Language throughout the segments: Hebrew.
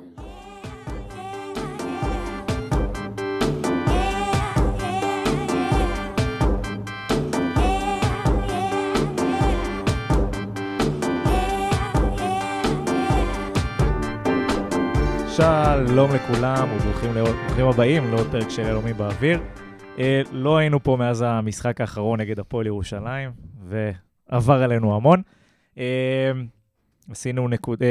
שלום לכולם וברוכים הבאים לעוד פרק של אלומים באוויר. לא היינו פה מאז המשחק האחרון נגד הפועל ירושלים, ועבר עלינו המון. עשינו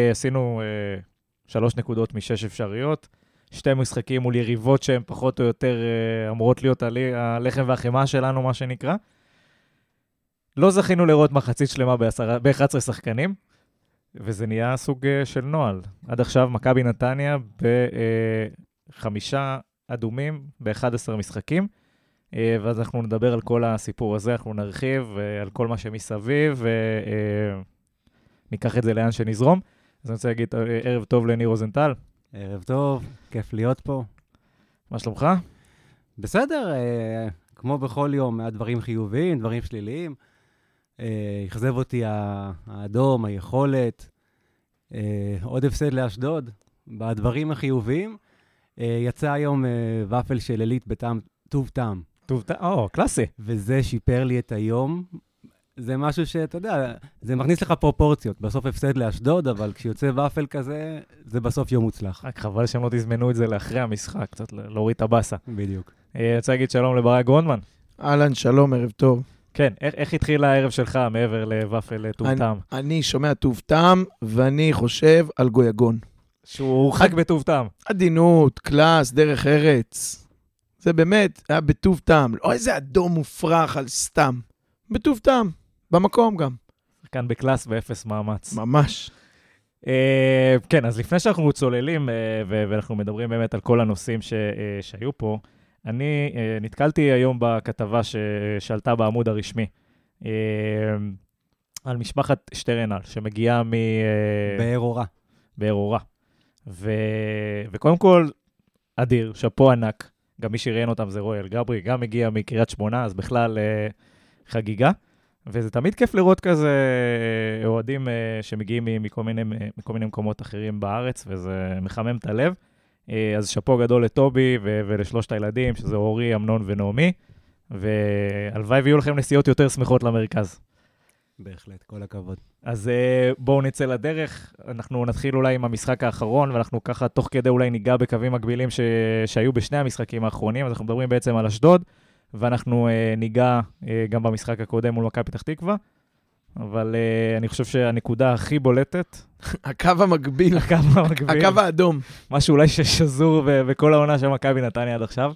3 נקודות מ6 אפשריות, 2 משחקים מול יריבות שהן פחות או יותר אמורות להיות הלחם והחימה שלנו, מה שנקרא. לא זכינו לראות מחצית שלמה ב-11 שחקנים, וזה נהיה סוג של נועל. עד עכשיו מכבי נתניה ב5 אדומים ב11 משחקים, ואז אנחנו נדבר על כל הסיפור הזה, אנחנו נרחיב על כל מה שמסביב, וניקח את זה לאן שנזרום. אז אני רוצה להגיד ערב טוב לניר רוזנטל. ערב טוב, כיף להיות פה. מה שלומך? בסדר, כמו בכל יום, דברים חיוביים, דברים שליליים. יחזב אותי האדום, היכולת, עוד הפסד לאשדוד. בדברים החיוביים, יצא היום ופל של אלית בטעם טוב טעם. טוב טעם, קלאסי. וזה שיפר לי את היום. זה משהו שאתה יודע, זה מכניס לך פרופורציות. בסוף הפסד לאשדוד, אבל כשיוצא ופל כזה, זה בסוף יום מוצלח. רק חבל שהם לא תזמנו את זה לאחרי המשחק, קצת להוריד את הבאסה. בדיוק. רוצה להגיד שלום לברק גרונדמן. אהלן, שלום, ערב טוב. כן, איך התחיל הערב שלך מעבר לוופל טוב טעם? אני שומע טוב טעם, ואני חושב על גויגון. שהוא הורחק בטוב טעם. עדינות, קלאס, דרך ארץ. זה באמת, היה בטוב טעם. לא איזה אדום מופרח על סתם. בטוב טעם, במקום גם. כאן בקלאס ואפס מאמץ. ממש. כן, אז לפני שאנחנו צוללים, ואנחנו מדברים באמת על כל הנושאים שהיו פה, אני נתקלתי היום בכתבה ששלטה בעמוד הרשמי, על משפחת שטרנל, שמגיעה בארורה. וקודם כל, אדיר, שפו ענק, גם מי שראיין אותם זה רואל גברי, גם מגיע מקריית שמונה, אז בכלל חגיגה, וזה תמיד כיף לראות כזה אוהדים שמגיעים מכל מיני מקומות אחרים בארץ, וזה מחמם את הלב. אז שפו גדול לטובי ולשלושת הילדים, שזה אורי, אמנון ונעמי, והלוואי ויהיו לכם נסיעות יותר שמחות למרכז. בהחלט, כל הכבוד. אז בואו נצא לדרך, אנחנו נתחיל אולי עם המשחק האחרון, ואנחנו ככה תוך כדי אולי ניגע בקווים מקבילים שהיו בשני המשחקים האחרונים, אז אנחנו מדברים בעצם על אשדוד, ואנחנו ניגע גם במשחק הקודם מול מכבי פתח תקווה, אבל אני חושב שהנקודה הכי בולטת... הקו המקביל. הקו האדום. משהו אולי ששזור בכל העונה של מכבי נתניה עד עכשיו.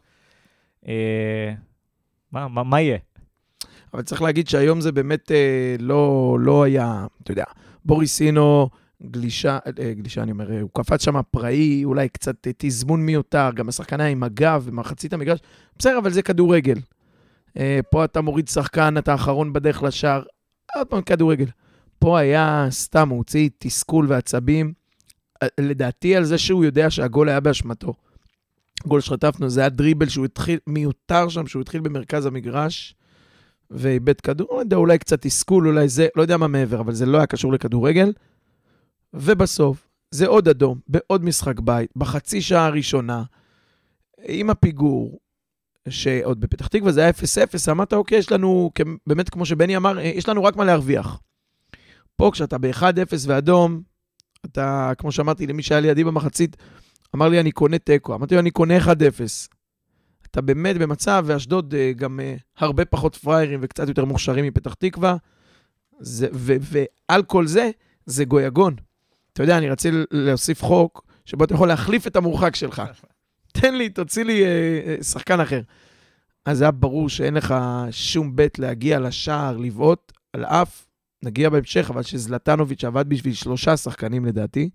מה יהיה? אבל צריך להגיד שהיום זה באמת לא היה, אתה יודע, בוריסינו, גלישה אני אומר, הוא קפץ שם פראי, אולי קצת תזמון מיותר, גם השחקן היה עם הגב ומחצית המגרש, בסדר, אבל זה כדורגל. פה אתה מוריד שחקן, אתה האחרון בדרך לשער, עוד פעם כדורגל. פה היה סתם, הוא הוציא תסכול ועצבים, לדעתי על זה שהוא יודע שהגול היה באשמתו. גול שחטפנו, זה היה דריבל שהוא התחיל, מיותר שם, שהוא התחיל במרכז המגרש, ואיבד כדור, לא יודע, אולי קצת תסכול, אולי זה, לא יודע מה מעבר, אבל זה לא היה קשור לכדורגל. ובסוף, זה עוד אדום, בעוד משחק בית, בחצי שעה הראשונה, עם הפיגור, שעוד בפתח תקווה זה היה 0-0, אמרת, אוקיי, יש לנו, באמת כמו שבני אמר, יש לנו רק מה להרוויח. פה כשאתה ב-1-0 ואדום, אתה, כמו שאמרתי למי שהיה לידי במחצית, אמר לי, אני קונה טקו, אמרתי לו, אני קונה 1-0. אתה באמת במצב, ואשדוד גם הרבה פחות פריירים וקצת יותר מוכשרים מפתח תקווה, ועל כל זה, זה גויגון. אתה יודע, אני רציתי להוסיף חוק, שבו אתה יכול להחליף את המורחק שלך. תן לי, תוציא לי שחקן אחר. אז היה ברור שאין לך שום בית להגיע לשער, לבעוט על אף, נגיע בהמשך, אבל שזלטנוביץ' עבד בשביל 3 שחקנים לדעתי.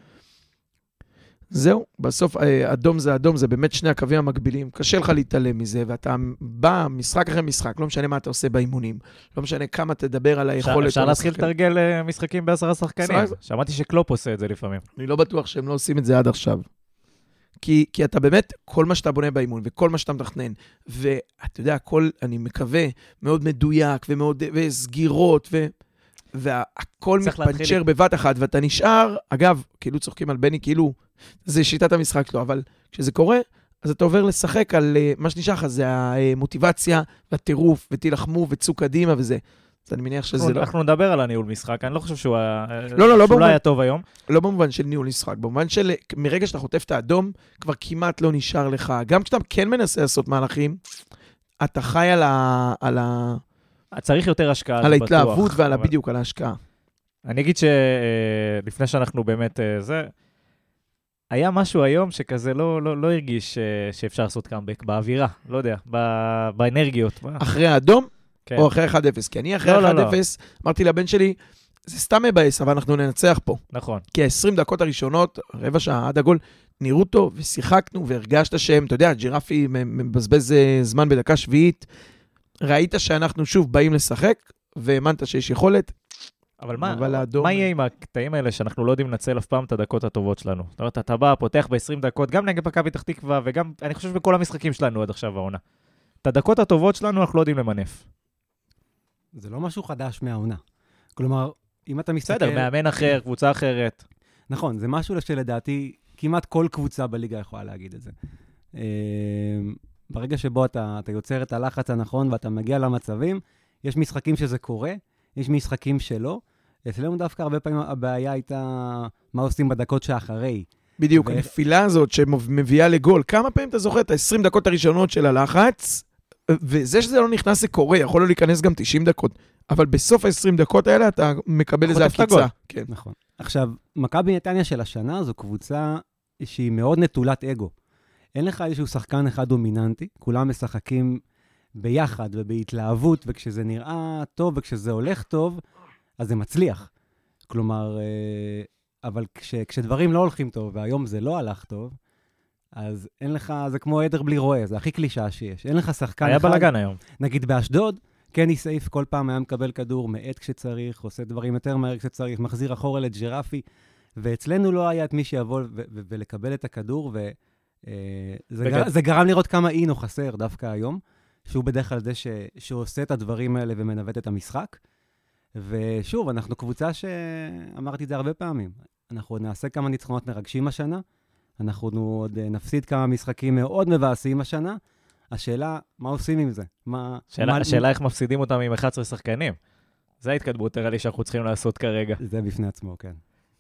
זהו, בסוף אדום זה אדום, זה באמת שני הקווים המקבילים, קשה לך להתעלם מזה, ואתה בא משחק אחרי משחק, לא משנה מה אתה עושה באימונים, לא משנה כמה תדבר על היכולת. אפשר להתחיל לתרגל משחקים ב10 שחקנים, שמעתי שקלופ עושה את זה לפעמים. אני לא בטוח שהם לא עושים את זה עד עכשיו. כי אתה באמת, כל מה שאתה בונה באימון, וכל מה שאתה מתכנן, ואתה יודע, הכל, אני מקווה, מאוד מדויק, וסגירות, והכל צריך מתפנצ'ר בבת אחת, ואתה נשאר, אגב, כאילו צוחקים על בני, כאילו, זה שיטת המשחק שלו, אבל כשזה קורה, אז אתה עובר לשחק על מה שנשאר לך, זה המוטיבציה, והטירוף, ותילחמו, וצאו קדימה וזה. אז אני מניח שזה לא... אנחנו נדבר על הניהול משחק, אני לא חושב שהוא לא היה טוב היום. לא במובן של ניהול משחק, במובן של מרגע שאתה חוטף את האדום, כבר כמעט לא נשאר לך. גם כשאתה כן מנסה לעשות מהלכים, אתה חי על צריך יותר השקעה, על ההתלהבות ועל בדיוק, על ההשקעה. אני אגיד שלפני שאנחנו באמת זה, היה משהו היום שכזה לא הרגיש שאפשר לעשות קאמבק באווירה, לא יודע, באנרגיות. אחרי האדום? כן. או אחרי 1-0, כי אני אחרי 1-0, אמרתי לבן שלי, זה סתם מבאס, אבל אנחנו ננצח פה. נכון. כי ה-20 דקות הראשונות, רבע שעה עד הגול, נראו טוב ושיחקנו והרגשת שהם, אתה יודע, ג'ירפי מבזבז זמן בדקה שביעית, ראית שאנחנו שוב באים לשחק, והאמנת שיש יכולת. אבל מה יהיה עם הקטעים האלה שאנחנו לא יודעים לנצל אף פעם את הדקות הטובות שלנו? זאת אומרת, אתה בא, פותח ב-20 דקות, גם נגד מכבי פתח תקווה, וגם, אני חושב בכל המשחקים שלנו עד עכשיו העונה. את הדקות הטובות שלנו אנחנו לא יודעים למנף. זה לא משהו חדש מהעונה. כלומר, אם אתה מסתכל... בסדר, מאמן אחר, קבוצה אחרת. נכון, זה משהו שלדעתי כמעט כל קבוצה בליגה יכולה להגיד את זה. ברגע שבו אתה יוצר את הלחץ הנכון ואתה מגיע למצבים, יש משחקים שזה קורה, יש משחקים שלא. אצלנו דווקא הרבה פעמים הבעיה הייתה מה עושים בדקות שאחרי. בדיוק, הנפילה הזאת שמביאה לגול, כמה פעמים אתה זוכר את ה-20 דקות הראשונות של הלחץ, וזה שזה לא נכנס זה קורה, יכול לא להיכנס גם 90 דקות, אבל בסוף ה-20 דקות האלה אתה מקבל איזה עקיצה. כן. נכון. עכשיו, מכבי נתניה של השנה זו קבוצה שהיא מאוד נטולת אגו. אין לך איזשהו שחקן אחד דומיננטי, כולם משחקים ביחד ובהתלהבות, וכשזה נראה טוב וכשזה הולך טוב, אז זה מצליח. כלומר, אבל כשדברים לא הולכים טוב, והיום זה לא הלך טוב, אז אין לך, זה כמו עדר בלי רואה, זה הכי קלישה שיש. אין לך שחקן היה בלגן היום. נגיד באשדוד, קני סייף כל פעם היה מקבל כדור מעט כשצריך, עושה דברים יותר מהר כשצריך, מחזיר אחורה לג'ירפי, ואצלנו לא היה את מי שיבוא ולקבל את הכדור, וזה גרם לראות כמה אינו חסר דווקא היום, שהוא בדרך כלל זה שהוא עושה את הדברים האלה ומנווט את המשחק. ושוב, אנחנו קבוצה שאמרתי את זה הרבה פעמים. אנחנו נעשה כמה ניצחונות מרגשים השנה, אנחנו עוד נפסיד כמה משחקים מאוד מבאסים השנה. השאלה, מה עושים עם זה? השאלה איך מפסידים אותם עם 11 שחקנים. זה ההתקדמות, תראה לי שאנחנו צריכים לעשות כרגע. זה בפני עצמו, כן.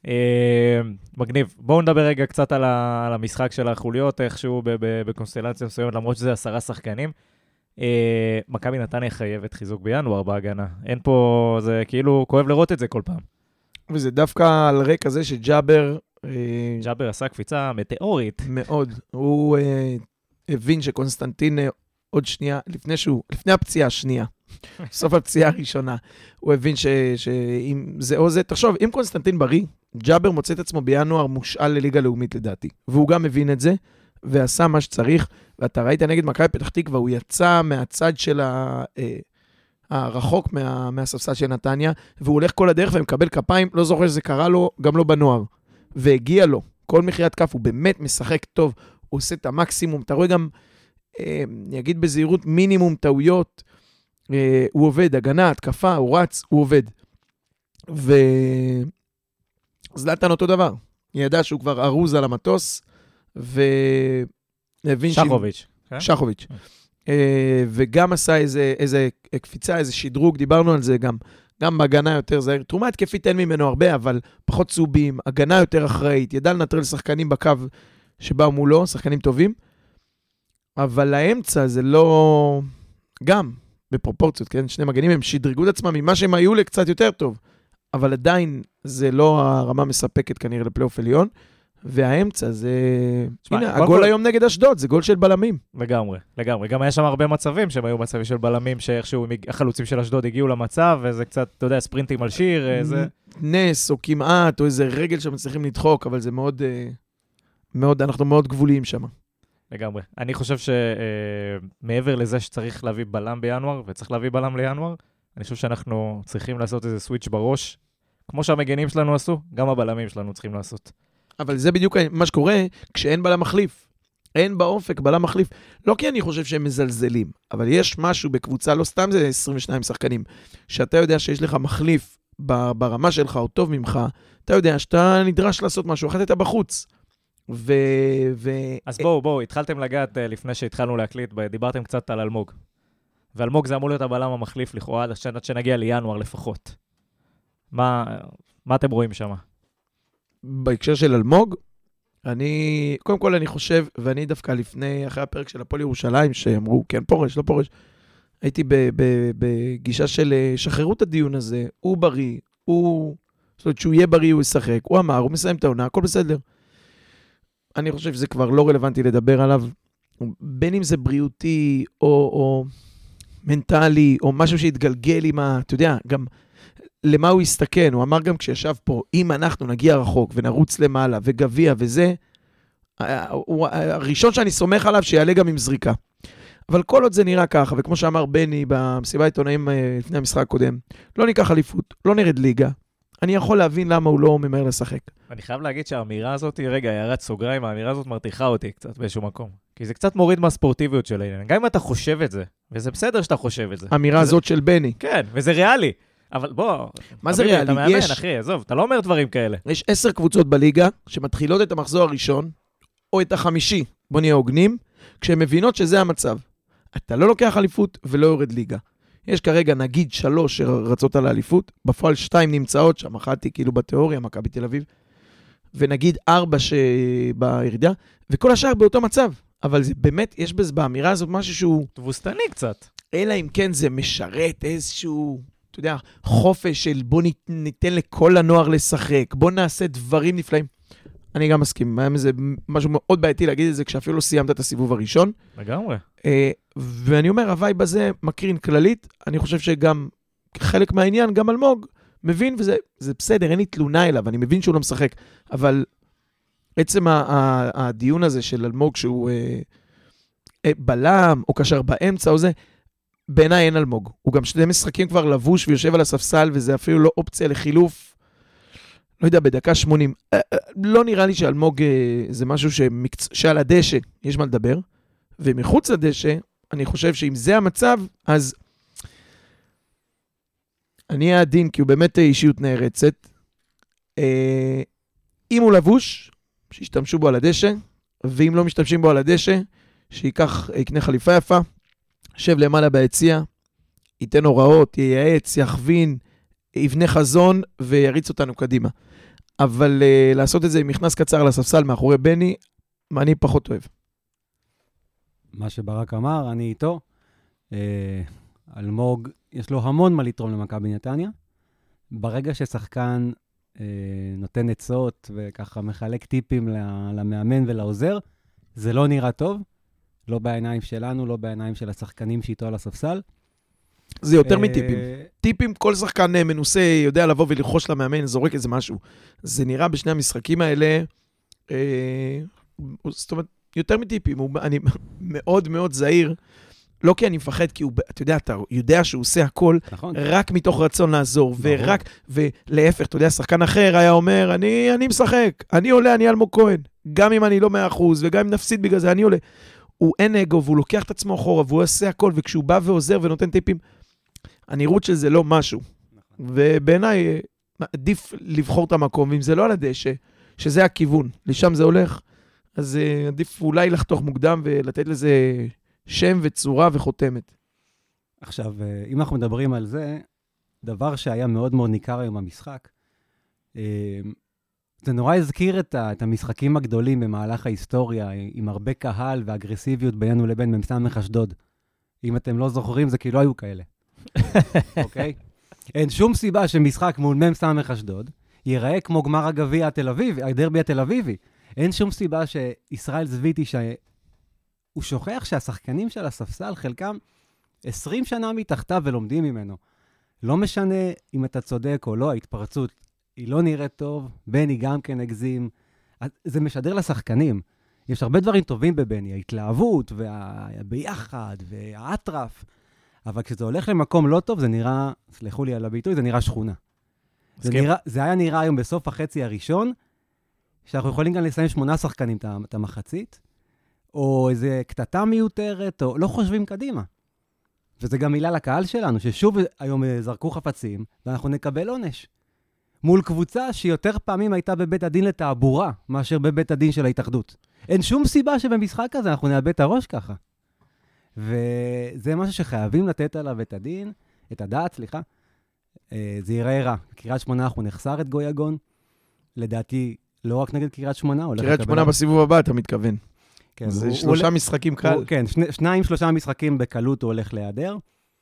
מגניב. בואו נדבר רגע קצת על המשחק של החוליות, איכשהו בקונסטלציה מסוימת, למרות שזה 10 שחקנים. מכבי נתניה חייבת חיזוק בינואר בהגנה. אין פה, זה כאילו כואב לראות את זה כל פעם. וזה דווקא על רקע זה שג'אבר... ג'אבר עשה קפיצה מטאורית. מאוד. הוא הבין שקונסטנטין עוד שנייה, לפני הפציעה השנייה, סוף הפציעה הראשונה, הוא הבין שאם זה או זה, תחשוב, אם קונסטנטין בריא, ג'אבר מוצא את עצמו בינואר מושאל לליגה לאומית לדעתי. והוא גם מבין את זה, ועשה מה שצריך, ואתה ראית נגד מכבי פתח תקווה, הוא יצא מהצד של הרחוק מהספסל של נתניה, והוא הולך כל הדרך ומקבל כפיים, לא זוכר שזה קרה לו, גם לא בנוער. והגיע לו, כל מחיית כף, הוא באמת משחק טוב, הוא עושה את המקסימום, אתה רואה גם, אני אגיד בזהירות, מינימום טעויות, הוא עובד, הגנה, התקפה, הוא רץ, הוא עובד. זלאטן אותו דבר, ידע שהוא כבר ארוז על המטוס, שחוביץ'. שחוביץ'. וגם עשה איזה קפיצה, איזה שדרוג, דיברנו על זה גם בהגנה יותר זהיר. תרומה התקפית אין ממנו הרבה, אבל פחות צהובים, הגנה יותר אחראית, ידע לנטרל שחקנים בקו שבאו מולו, שחקנים טובים, אבל האמצע זה לא... גם בפרופורציות, כן? שני מגנים הם שדרגו את עצמם ממה שהם היו לקצת יותר טוב, אבל עדיין זה לא הרמה מספקת כנראה לפלייאוף עליון, והאמצע זה... הנה, הגול היום נגד אשדוד, זה גול של בלמים. לגמרי. גם היה שם הרבה מצבים שהם היו מצבים של בלמים, שאיכשהו החלוצים של אשדוד הגיעו למצב, וזה קצת, אתה יודע, ספרינטים על שיר, זה... נס או כמעט, או איזה רגל שמצליחים לדחוק, אבל זה מאוד, אנחנו מאוד גבוליים שם. לגמרי. אני חושב שמעבר לזה שצריך להביא בלם בינואר, וצריך להביא בלם לינואר, אני חושב שאנחנו צריכים לעשות איזה סוויץ' בראש, כמו שהמגנים שלנו עשו, גם הבלמים שלנו צריכים לעשות. אבל זה בדיוק מה שקורה כשאין בלם מחליף. אין באופק בלם מחליף. לא כי אני חושב שהם מזלזלים, אבל יש משהו בקבוצה, לא סתם זה 22 שחקנים, שאתה יודע שיש לך מחליף ברמה שלך, או טוב ממך, אתה יודע שאתה נדרש לעשות משהו, אחת אתה בחוץ. אז בואו, התחלתם לגעת לפני שהתחלנו להקליט, דיברתם קצת על אלמוג. ואלמוג זה אמור להיות הבלם המחליף לכאורה, עד שנגיע לינואר לפחות. מה אתם רואים שם? בהקשר של אלמוג, קודם כל אני חושב, ואני דווקא אחרי הפרק של הפועל ירושלים, שאמרו, כן פורש, לא פורש, הייתי בגישה של שחררו את הדיון הזה, הוא בריא, זאת אומרת שהוא יהיה בריא, הוא ישחק, הוא אמר, הוא מסיים את העונה, הכל בסדר. אני חושב שזה כבר לא רלוונטי לדבר עליו, בין אם זה בריאותי, או מנטלי, או משהו שהתגלגל עם אתה יודע, גם למה הוא יסתכן, הוא אמר גם כשישב פה, אם אנחנו נגיע רחוק ונרוץ למעלה וגביע וזה, הראשון שאני סומך עליו שיעלה גם עם זריקה. אבל כל עוד זה נראה ככה, וכמו שאמר בני במסיבה העיתונאים לפני המשחק הקודם, לא ניקח אליפות, לא נרד ליגה, אני יכול להבין למה הוא לא ממהר לשחק. אני חייב להגיד שהאמירה הזאת, רגע, הערת סוגריים, האמירה הזאת מרתיחה אותי קצת באיזשהו מקום. כי זה קצת מוריד מהספורטיביות של העניין. גם אם אתה חושב את זה, וזה בסדר שאתה חושב את זה. האמירה הזאת של בני. כן, וזה ריאלי. אבל בוא, מה זה ריאלי? אתה מאמן, אחי, עזוב, אתה לא אומר דברים כאלה. יש 10 קבוצות בליגה שמתחילות את המחזור הראשון, או את החמישי, בוא נהיה הוגנים, כשהן מבינות שזה המצב. אתה לא לוקח אליפות ולא יורד ליגה. יש כרגע נגיד 3 שרצות על האליפות, בפועל 2 נמצאות שם, אחת היא כאילו בתיאוריה, מכבי תל אביב, ונגיד 4 שבירידה, וכל השאר באותו מצב. אבל זה באמת, יש באמירה הזאת משהו שהוא תבוסתני קצת. אלא אם כן זה משרת איזשהו, אתה יודע, חופש של בוא ניתן לכל הנוער לשחק, בוא נעשה דברים נפלאים. אני גם מסכים, זה משהו מאוד בעייתי להגיד את זה, כשאפילו לא סיימת את הסיבוב הראשון. לגמרי. ואני אומר, הווייב הזה מקרין כללית, אני חושב שגם חלק מהעניין, גם אלמוג, מבין, וזה בסדר, אין לי תלונה אליו, אני מבין שהוא לא משחק, אבל עצם הדיון הזה של אלמוג, שהוא בלם, או קשר באמצע, או זה, בעיניי אין אלמוג. הוא גם 2 משחקים כבר לבוש ויושב על הספסל, וזה אפילו לא אופציה לחילוף, לא יודע, בדקה 80. לא נראה לי שאלמוג זה משהו שעל הדשא יש מה לדבר, ומחוץ לדשא, אני חושב שאם זה המצב, אז אני אהיה עדין, כי הוא באמת אישיות נערצת. אם הוא לבוש, שישתמשו בו על הדשא, ואם לא משתמשים בו על הדשא, יקנה חליפה יפה, ישב למעלה ביציע, ייתן הוראות, ייעץ, יכווין, יבנה חזון ויריץ אותנו קדימה. אבל לעשות את זה עם מכנס קצר לספסל מאחורי בני, אני פחות אוהב. מה שברק אמר, אני איתו. אלמוג, יש לו המון מה לתרום למכבי נתניה. ברגע ששחקן נותן עצות וככה מחלק טיפים למאמן ולעוזר, זה לא נראה טוב. לא בעיניים שלנו, לא בעיניים של השחקנים שאיתו על הספסל. זה יותר מטיפים. טיפים, כל שחקן מנוסה יודע לבוא ולחוש למאמן, זורק איזה משהו. זה נראה בשני המשחקים האלה, זאת אומרת, יותר מטיפים. אני מאוד מאוד זהיר, לא כי אני מפחד, כי אתה יודע שהוא עושה הכל, רק מתוך רצון לעזור, ולהפך, אתה יודע, שחקן אחר היה אומר, אני משחק, אני עולה, אני אלמוג כהן, גם אם אני לא 100%, וגם אם נפסיד בגלל זה, אני עולה. הוא אין אגו, והוא לוקח את עצמו אחורה, והוא עושה הכל, וכשהוא בא ועוזר ונותן טיפים, הנראות של זה לא משהו. ובעיניי, עדיף לבחור את המקום, ואם זה לא על הדשא, שזה הכיוון, לשם זה הולך, אז עדיף אולי לחתוך מוקדם, ולתת לזה שם וצורה וחותמת. עכשיו, אם אנחנו מדברים על זה, דבר שהיה מאוד מאוד ניכר היום במשחק, זה נורא הזכיר את המשחקים הגדולים במהלך ההיסטוריה, עם הרבה קהל ואגרסיביות בינינו לבין מ"ס אשדוד. אם אתם לא זוכרים, זה כאילו היו כאלה. אוקיי? אין שום סיבה שמשחק מול מ"ס אשדוד ייראה כמו גמר הגביע התל אביבי, הדרבי התל אביבי. אין שום סיבה שישראל זוויתי, הוא שוכח שהשחקנים של הספסל, חלקם 20 שנה מתחתיו ולומדים ממנו. לא משנה אם אתה צודק או לא, ההתפרצות היא לא נראית טוב, בני גם כן הגזים. זה משדר לשחקנים. יש הרבה דברים טובים בבני, ההתלהבות והביחד והאטרף. אבל כשזה הולך למקום לא טוב, זה נראה, סלחו לי על הביטוי, זה נראה שכונה. זה היה נראה היום בסוף החצי הראשון, שאנחנו יכולים גם לסיים 8 שחקנים את המחצית, או איזה קטטה מיותרת, או לא חושבים קדימה. וזה גם מילה לקהל שלנו, ששוב היום זרקו חפצים, ואנחנו נקבל עונש. מול קבוצה שיותר פעמים הייתה בבית הדין לתעבורה, מאשר בבית הדין של ההתאחדות. אין שום סיבה שבמשחק הזה אנחנו נאבד את הראש ככה. וזה משהו שחייבים לתת עליו את הדעת, סליחה. זה ייראה רע. קריית שמונה אנחנו נחסר את גויגון. לדעתי, לא רק נגד קריית שמונה. קריית שמונה בסיבוב הבא, אתה מתכוון. כן, זה 3 משחקים קל. כן, 2-3 משחקים בקלות הוא הולך להיעדר.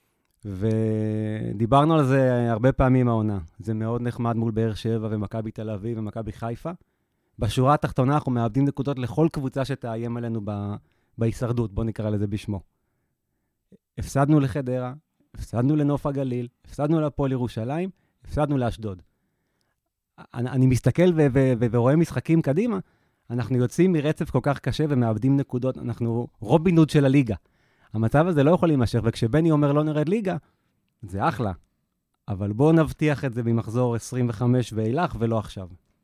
ודיברנו על זה הרבה פעמים העונה. זה מאוד נחמד מול באר שבע ומכבי תל אביב ומכבי חיפה. בשורה התחתונה אנחנו מאבדים נקודות לכל קבוצה שתאיים עלינו בהישרדות, בוא נקרא לזה בשמו. הפסדנו לחדרה, הפסדנו לנוף הגליל, הפסדנו להפועל ירושלים, הפסדנו לאשדוד. אני מסתכל ורואה משחקים קדימה, אנחנו יוצאים מרצף כל כך קשה ומאבדים נקודות, אנחנו רובין הוד של הליגה. המצב הזה לא יכול להימשך, וכשבני אומר לא נרד ליגה, זה אחלה. אבל בואו נבטיח את זה במחזור 25 ואילך, ולא עכשיו.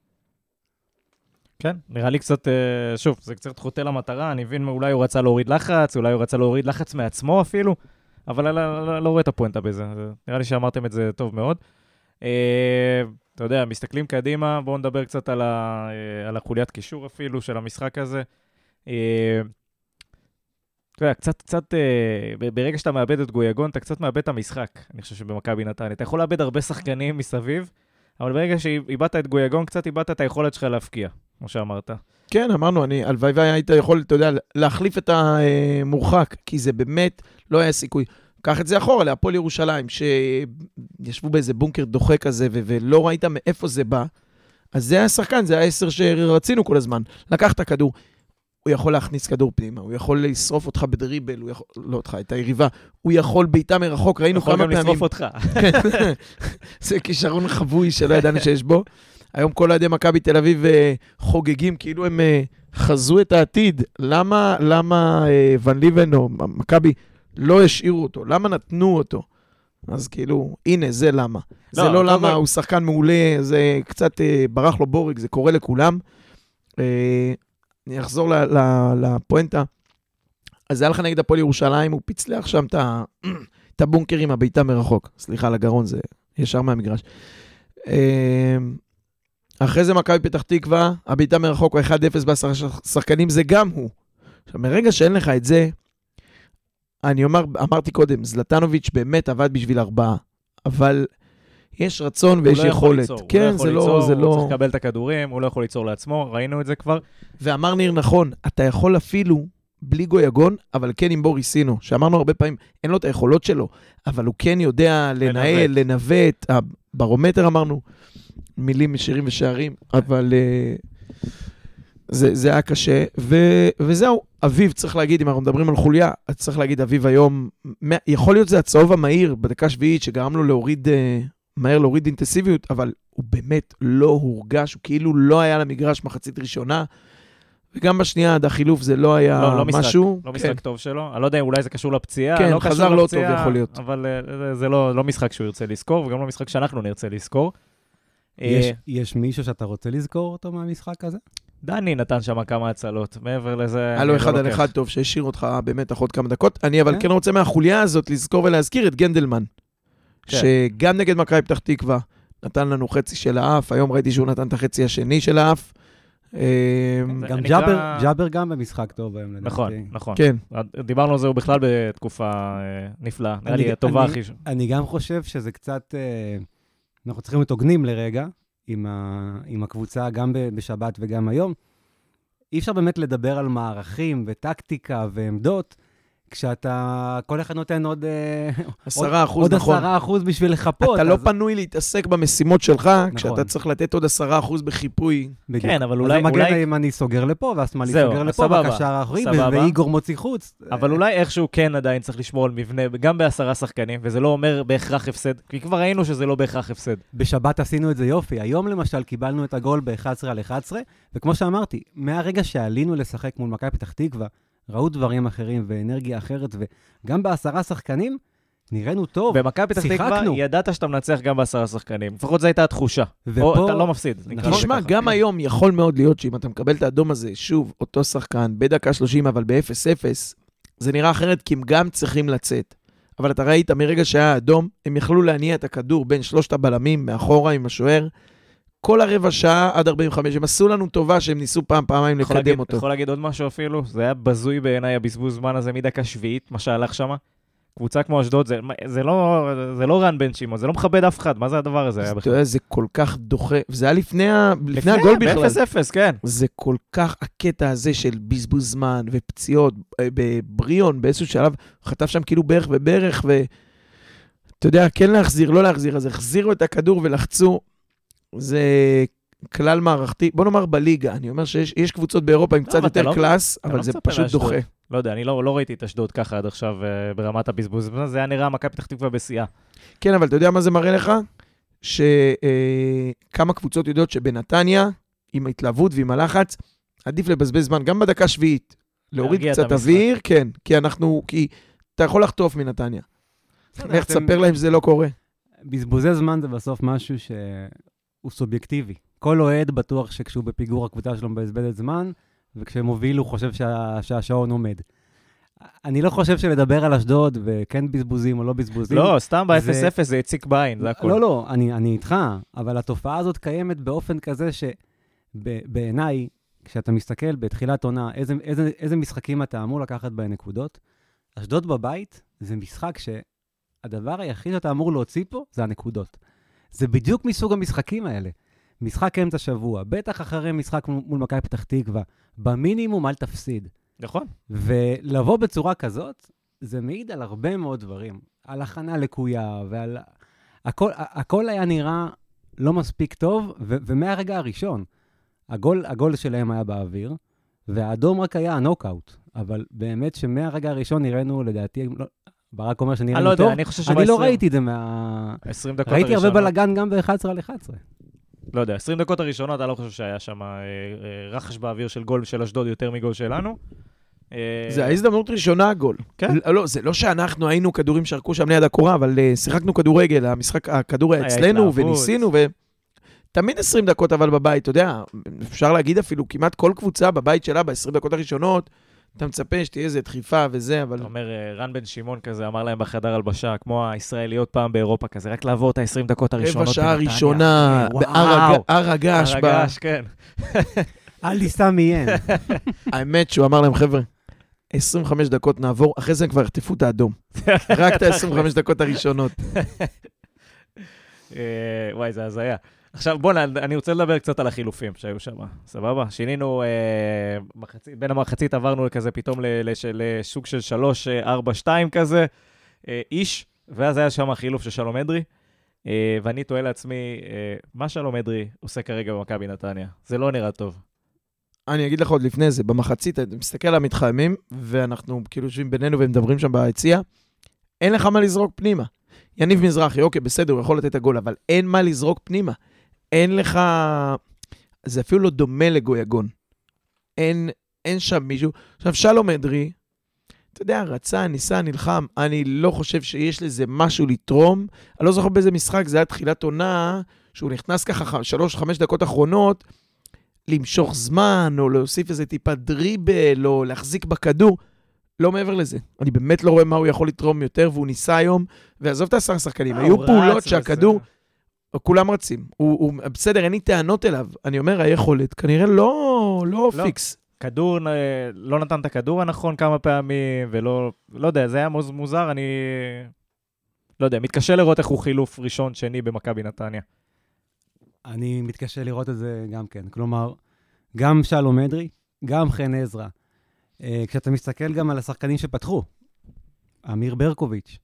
כן, נראה לי קצת, שוב, זה קצת חוטא למטרה, אני מבין, אולי הוא רצה להוריד לחץ, אולי הוא רצה להוריד לחץ מעצמו אפילו, אבל לא רואה את הפואנטה בזה. נראה לי שאמרתם את זה טוב מאוד. אתה יודע, מסתכלים קדימה, בואו נדבר קצת על החוליית קישור אפילו של המשחק הזה. אתה יודע, קצת, ברגע שאתה מאבד את גויגון, אתה קצת מאבד את המשחק, אני חושב שבמכבי נתניה. אתה יכול לאבד הרבה שחקנים מסביב, אבל ברגע שאיבדת את גויגון, קצת איבדת את היכולת שלך להפקיע, כמו שאמרת. כן, אמרנו, הלוואי היית יכול, אתה יודע, להחליף את המורחק, כי זה באמת לא היה סיכוי. קח את זה אחורה, להפועל ירושלים, שישבו באיזה בונקר דוחה כזה, ולא ראית מאיפה זה בא. אז זה היה שחקן, זה היה 10 שרצינו כל הזמן. לקח את הכדור, הוא יכול להכניס כדור פנימה, הוא יכול לשרוף אותך בדריבל, הוא יכול, לא אותך, את היריבה, הוא יכול בעיטה מרחוק, ראינו כמה פעמים. יכול גם לשרוף אותך. זה כישרון חבוי שלא ידענו שיש בו. היום כל אוהדי מכבי תל אביב חוגגים, כאילו הם חזו את העתיד. למה ון ליבן או מכבי לא השאירו אותו? למה נתנו אותו? אז כאילו, הנה, זה למה. זה לא למה, הוא שחקן מעולה, זה קצת ברח לו בורג, זה קורה לכולם. אני אחזור לפואנטה. אז זה היה לך נגד הפועל ירושלים, הוא פיצלח שם את הבונקר עם הביתה מרחוק. סליחה, לגרון, זה ישר מהמגרש. אחרי זה מכבי פתח תקווה, הביתה מרחוק הוא 1-0 בעשרה שחקנים, זה גם הוא. עכשיו, מרגע שאין לך את זה, אמרתי קודם, זלטנוביץ' באמת עבד בשביל 4, אבל יש רצון ויש יכולת. כן, זה לא... הוא צריך לקבל את הכדורים, הוא לא יכול ליצור לעצמו, ראינו את זה כבר. ואמר ניר נכון, אתה יכול אפילו בלי גויגון, אבל כן עם בוריסינו, שאמרנו הרבה פעמים, אין לו את היכולות שלו, אבל הוא כן יודע לנהל, לנווט, הברומטר אמרנו, מילים משירים ושערים, אבל זה היה קשה, וזהו, אביב צריך להגיד, אם אנחנו מדברים על חוליה, צריך להגיד אביב היום, יכול להיות זה הצהוב המהיר בדקה שביעית, שגרם לו מהר להוריד אינטנסיביות, אבל הוא באמת לא הורגש, הוא כאילו לא היה למגרש מחצית ראשונה, וגם בשנייה עד החילוף זה לא היה משהו. לא משחק טוב שלו, אני לא יודע, אולי זה קשור לפציעה, כן, חזר לא טוב יכול להיות. אבל זה לא משחק שהוא ירצה לזכור, וגם לא משחק שאנחנו נרצה לזכור. יש מישהו שאתה רוצה לזכור אותו מהמשחק הזה? דני נתן שם כמה הצלות, מעבר לזה... היה לו 1-1 טוב, שהשאיר אותך באמת עוד כמה דקות. אני אבל כן רוצה מהחוליה הזאת לזכור ולהזכיר את גנדלמן, שגם נגד מכבי פתח תקווה נתן לנו חצי של האף, היום ראיתי שהוא נתן את החצי השני של האף. גם ג'אבר גם במשחק טוב היום. נכון, נכון. כן. דיברנו על זה, הוא בכלל בתקופה נפלאה. נראה לי הטובה הכי... אני גם חושב שזה קצת... אנחנו צריכים להיות הוגנים לרגע, עם הקבוצה, גם בשבת וגם היום. אי אפשר באמת לדבר על מערכים וטקטיקה ועמדות, כשאתה, כל אחד נותן עוד 10%, נכון. עוד 10% בשביל לחפות. אתה לא פנוי להתעסק במשימות שלך, כשאתה צריך לתת עוד 10% בחיפוי. כן, אבל אולי... אז המגן הימני סוגר לפה, והשמאלי סוגר לפה, והקשר האחורי, ואיגור מוציא חוץ. אבל אולי איכשהו כן עדיין צריך לשמור על מבנה, גם ב10 שחקנים, וזה לא אומר בהכרח הפסד, כי כבר ראינו שזה לא בהכרח הפסד. בשבת עשינו את זה יופי. היום למשל קיבלנו את הגול ב-11-11, וכמו שאמרתי, מהרגע שעלינו לשחק מול מכבי פתח תקווה, ראו דברים אחרים ואנרגיה אחרת, וגם ב10 שחקנים נראינו טוב, במכבי פתח תקווה ידעת שאתה מנצח גם ב10 שחקנים, לפחות זו הייתה התחושה, או אתה לא מפסיד. תשמע, גם היום יכול מאוד להיות שאם אתה מקבל את האדום הזה, שוב, אותו שחקן, בדקה 30, אבל ב-0-0, זה נראה אחרת, כי הם גם צריכים לצאת. אבל אתה ראית מרגע שהיה אדום, הם יכלו להניע את הכדור בין שלושת הבלמים, מאחורה עם השוער, כל הרבע שעה עד 45, הם עשו לנו טובה שהם ניסו פעמיים לקדם אותו. יכול להגיד עוד משהו אפילו? זה היה בזוי בעיניי הבזבוז זמן הזה מדקה שביעית, מה שהלך שם. קבוצה כמו אשדוד, זה לא רן בן שמעון, זה לא מכבד אף אחד, מה זה הדבר הזה? אתה יודע, זה כל כך דוחה, וזה היה לפני הגול בכלל. ב-0-0, כן. זה כל כך הקטע הזה של בזבוז זמן ופציעות, בבריון, באיזשהו שלב, חטף שם כאילו בערך ובערך, ואתה יודע, כן להחזיר, לא להחזיר, אז החזירו את הכדור ולחצו, זה כלל מערכתי, בוא נאמר בליגה, אני אומר שיש קבוצות באירופה עם קצת יותר קלאס, אבל זה פשוט דוחה. לא יודע, אני לא ראיתי את אשדוד ככה עד עכשיו ברמת הבזבוז, זה היה נראה מכבי פתח תקווה בשיאה. כן, אבל אתה יודע מה זה מראה לך? שכמה קבוצות יודעות שבנתניה, עם ההתלהבות ועם הלחץ, עדיף לבזבז זמן, גם בדקה שביעית, להוריד קצת אוויר, כן, כי אתה יכול לחטוף מנתניה. איך תספר להם שזה לא קורה? בזבוזי זמן זה בסוף משהו שהוא סובייקטיבי. כל אוהד בטוח שכשהוא בפיגור הקבוצה שלו מבזבזת זמן, וכשמוביל הוא חושב שהשעון עומד. אני לא חושב שלדבר על אשדוד, וכן בזבוזים או לא בזבוזים. לא, סתם ב-0-0 זה הציק בעין, זה הכל. לא, אני איתך, אבל התופעה הזאת קיימת באופן כזה שבעיניי, כשאתה מסתכל בתחילת עונה, איזה משחקים אתה אמור לקחת בהם נקודות, אשדוד בבית זה משחק שהדבר היחיד שאתה אמור להוציא פה זה הנקודות. זה בדיוק מסוג המשחקים האלה. משחק אמצע שבוע, בטח אחרי משחק מול מכבי פתח תקווה, במינימום אל תפסיד. נכון. ולבוא בצורה כזאת, זה מעיד על הרבה מאוד דברים. על הכנה לקויה, ועל... הכל היה נראה לא מספיק טוב, ומהרגע הראשון, הגול שלהם היה באוויר, והאדום רק היה הנוקאוט. אבל באמת שמהרגע הראשון נראינו, לדעתי, ברק אומר שנראינו טוב. אני לא ראיתי את זה ראיתי הרבה בלגן גם ב-11-11. לא יודע, 20 דקות הראשונות, אני לא חושב שהיה שם רחש באוויר של גול של אשדוד יותר מגול שלנו. זה ההזדמנות ראשונה הגול. כן. לא, זה לא שאנחנו היינו כדורים שרקו שם ליד הקורה, אבל שיחקנו כדורגל, הכדור היה אצלנו וניסינו, תמיד 20 דקות אבל בבית, אתה יודע, אפשר להגיד אפילו כמעט כל קבוצה בבית שלה ב-20 דקות הראשונות, אתה מצפה שתהיה איזה דחיפה וזה, אבל... אתה אומר, רן בן שמעון כזה, אמר להם בחדר הלבשה, כמו הישראליות פעם באירופה כזה, רק לעבור את ה-20 דקות הראשונות. רבע שעה ראשונה, בהר הגש. הר הגש, כן. אל תסתם יין. האמת שהוא אמר להם, חבר'ה, 25 דקות נעבור, אחרי זה הם כבר יחטפו את האדום. רק את ה-25 דקות הראשונות. וואי, זה הזיה. עכשיו, בוא, אני רוצה לדבר קצת על החילופים שהיו שם, סבבה? שינינו, בין המחצית עברנו כזה פתאום לשוק של 3-4-2 כזה, איש, ואז היה שם החילוף של שלום אדרי, ואני תוהה לעצמי, מה שלום אדרי עושה כרגע במכבי נתניה? זה לא נראה טוב. אני אגיד לך עוד לפני זה, במחצית, אתה מסתכל על המתחממים, ואנחנו כאילו יושבים בינינו ומדברים שם ביציאה, אין לך מה לזרוק פנימה. יניב מזרחי, אוקיי, בסדר, הוא יכול לתת הגול, אבל אין מה לזרוק פנימה. אין לך, זה אפילו לא דומה לגויגון. אין שם מישהו. עכשיו, שלום אדרי, אתה יודע, רצה, ניסה, נלחם, אני לא חושב שיש לזה משהו לתרום. אני לא זוכר באיזה משחק, זה היה תחילת עונה, שהוא נכנס ככה 3-5 דקות אחרונות, למשוך זמן, או להוסיף איזה טיפה דריבל, או להחזיק בכדור. לא מעבר לזה. אני באמת לא רואה מה הוא יכול לתרום יותר, והוא ניסה היום, ועזוב את 10 שחקנים. היו פעולות שהכדור, כולם רצים. הוא בסדר, אין לי טענות אליו. אני אומר, היכולת, כנראה לא פיקס. כדור, לא נתן את הכדור הנכון כמה פעמים, ולא, לא יודע, זה היה מוזר, אני לא יודע, מתקשה לראות איך הוא חילוף ראשון, שני במכבי נתניה. אני מתקשה לראות את זה גם כן. כלומר, גם שלום אדרי, גם חן עזרא. כשאתה מסתכל גם על השחקנים שפתחו, אמיר ברקוביץ',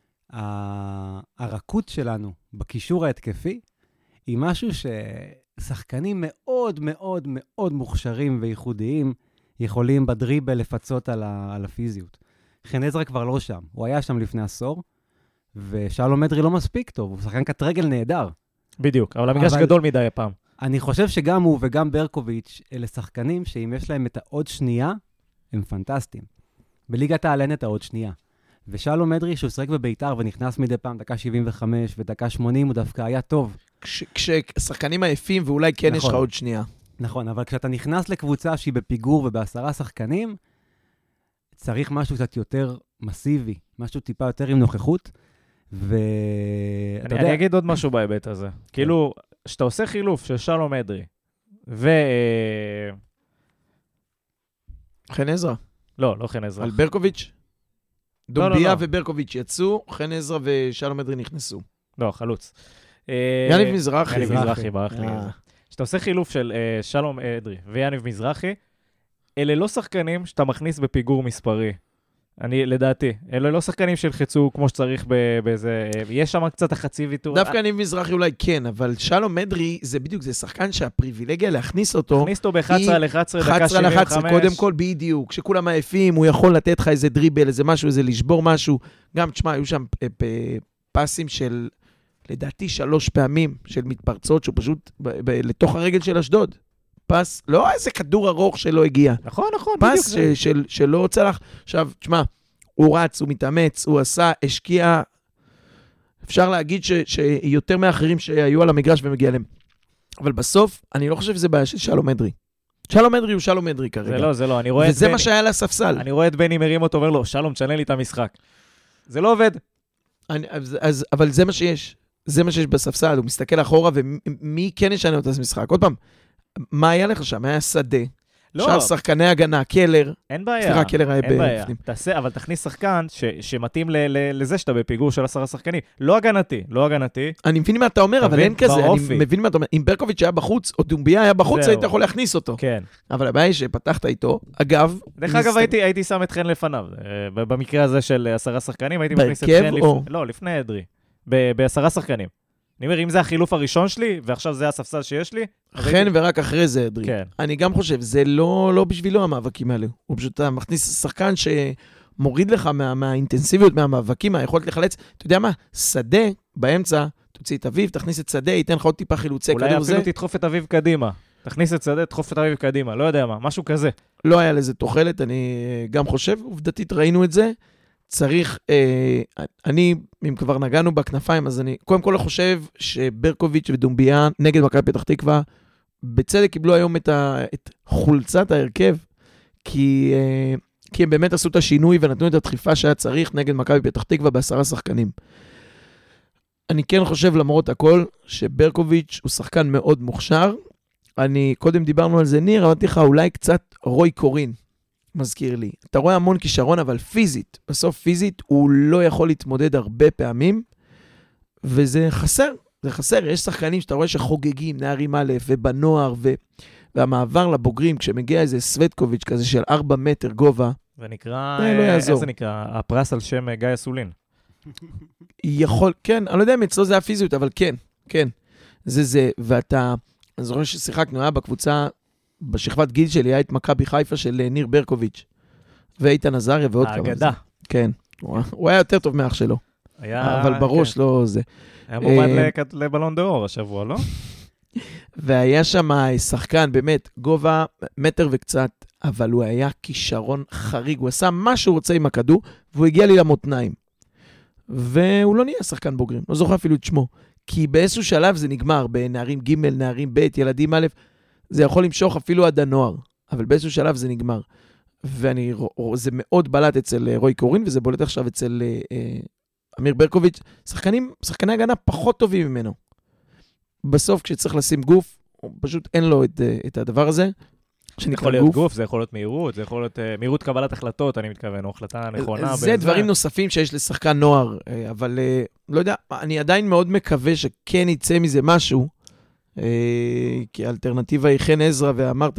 הרכות שלנו בקישור ההתקפי, היא משהו ששחקנים מאוד מאוד מאוד מוכשרים וייחודיים יכולים בדריבל לפצות על הפיזיות. חן עזרא כבר לא שם, הוא היה שם לפני עשור, ושלום אדרי לא מספיק טוב, הוא שחקן קט רגל נהדר. בדיוק, אבל המגרש גדול מדי הפעם. אני חושב שגם הוא וגם ברקוביץ' אלה שחקנים שאם יש להם את העוד שנייה, הם פנטסטיים. בליגת העל את העוד שנייה. ושלום אדרי, שהוא שחק בביתר ונכנס מדי פעם דקה 75 ודקה 80, הוא דווקא היה טוב. כששחקנים עייפים ואולי כן יש לך עוד שנייה. נכון, אבל כשאתה נכנס לקבוצה שהיא בפיגור וב10 שחקנים, צריך משהו קצת יותר מסיבי, משהו טיפה יותר עם נוכחות, אני אגיד עוד משהו בהיבט הזה. כאילו, שאתה עושה חילוף של שלום אדרי, חן עזרא. לא חן עזרא. על ברקוביץ'? דומביה וברקוביץ' יצאו, חן עזרא ושלום אדרי נכנסו. לא, חלוץ. יניב מזרחי. יניב מזרחי, ברח לי. שאתה עושה חילוף של שלום אדרי ויניב מזרחי, אלה לא שחקנים שאתה מכניס בפיגור מספרי. לדעתי, אלה לא שחקנים שלחצו כמו שצריך באיזה... יש שם קצת החצי ויתור. דווקא יניב מזרחי אולי כן, אבל שלום אדרי, זה בדיוק, זה שחקן שהפריבילגיה להכניס אותו... להכניס אותו ב-11 על 11, דקה 75. קודם כל, בדיוק. כשכולם עייפים, הוא יכול לתת לך איזה דריבל, איזה משהו, איזה לשבור משהו. גם, תשמע, היו שם פסים של, לדעתי, 3 פעמים של מתפרצות, שהוא פשוט לתוך הרגל של אשדוד. פס, לא איזה כדור ארוך שלא הגיע. נכון, פס שלא צלח. עכשיו, תשמע, הוא רץ, הוא מתאמץ, הוא עשה, השקיע. אפשר להגיד שיותר מאחרים שהיו על המגרש ומגיע להם. אבל בסוף, אני לא חושב שזה בעיה של שלום אדרי. שלום אדרי הוא שלום אדרי כרגע. זה לא, אני רואה וזה מה שהיה לספסל. אני רואה את בני מרים אותו, אומר לו, שלום, תשנה לי את המשחק. זה לא עובד. אבל זה מה שיש. זה מה שיש בספסל. הוא מסתכל אחורה, ומי כן ישנה את המשחק? עוד פעם, מה היה לך שם? היה שדה. שאר שחקני הגנה, קלר. אין בעיה. סליחה, קלר היה בפנים. תעשה, אבל תכניס שחקן שמתאים לזה שאתה בפיגור של 10 שחקנים. לא הגנתי. אני מבין מה אתה אומר, אבל אין כזה. אני מבין מה אתה אומר. אם ברקוביץ' היה בחוץ, או דומביה היה בחוץ, היית יכול להכניס אותו. כן. אבל הבעיה היא שפתחת איתו. אגב... דרך אגב, הייתי שם את חן לפניו. במקרה הזה של 10 שחקנים, הייתי מכניס את חן לפני אדרי. ב10 שחקנים. אני אומר, אם זה החילוף הראשון שלי, ועכשיו זה הספסל שיש לי... חן ורק אחרי זה, אדרי. כן. אני גם חושב, זה לא בשבילו המאבקים האלה. הוא פשוט מכניס שחקן שמוריד לך מהאינטנסיביות, מהמאבקים, היכולת לחלץ. אתה יודע מה? שדה באמצע, תוציא את אביב, תכניס את שדה, ייתן לך עוד טיפה חילוצי כדור זה. אולי אפילו תדחוף את אביב קדימה. תכניס את שדה, תדחוף את אביב קדימה. לא יודע מה, משהו כזה. לא היה לזה תוחלת, אני גם חושב, עובדתית ראינו את זה. צריך, אם כבר נגענו בכנפיים, אז אני קודם כל חושב שברקוביץ' ודומביה נגד מכבי פתח תקווה, בצדק קיבלו היום את חולצת ההרכב, כי הם באמת עשו את השינוי ונתנו את הדחיפה שהיה צריך נגד מכבי פתח תקווה ב10 שחקנים. אני כן חושב למרות הכל, שברקוביץ' הוא שחקן מאוד מוכשר. קודם דיברנו על זה, ניר, אמרתי לך אולי קצת רוי קורין. מזכיר לי. אתה רואה המון כישרון, אבל פיזית, בסוף פיזית, הוא לא יכול להתמודד הרבה פעמים, וזה חסר, זה חסר. יש שחקנים שאתה רואה שחוגגים, נערים א' ובנוער, והמעבר לבוגרים, כשמגיע איזה סווטקוביץ' כזה של 4 מטר גובה, זה נקרא, לא יעזור. איזה נקרא? הפרס על שם גיא אסולין. יכול, כן, אני לא יודע אם אצלו זה הפיזיות, אבל כן. זה, ואתה, אני זוכר ששיחקנו, היה בקבוצה, בשכבת גיל שלי היה את מכבי חיפה של ניר ברקוביץ' ואיתן עזריה ועוד כמה. האגדה. כן, הוא היה יותר טוב מאח שלו. אבל בראש לא זה. היה מועמד לבלון ד'אור השבוע, לא? והיה שם שחקן, באמת, גובה 1 מטר וקצת, אבל הוא היה כישרון חריג. הוא עשה מה שהוא רוצה עם הכדור, והוא הגיע לי למותניים. והוא לא נהיה שחקן בוגרים, לא זוכר אפילו את שמו. כי באיזשהו שלב זה נגמר, בנערים ג', נערים ב', ילדים א', זה יכול למשוך אפילו עד הנוער, אבל באיזשהו שלב זה נגמר. זה מאוד בלט אצל רוי קורין, וזה בולט עכשיו אצל אמיר ברקוביץ', שחקני הגנה פחות טובים ממנו. בסוף, כשצריך לשים גוף, פשוט אין לו את הדבר הזה. זה יכול להיות גוף, זה יכול להיות מהירות, זה יכול להיות מהירות קבלת החלטות, אני מתכוון, או החלטה נכונה. זה דברים נוספים שיש לשחקן נוער, אבל לא יודע, אני עדיין מאוד מקווה שכן יצא מזה משהו, כי האלטרנטיבה היא חן עזרא, ואמרת,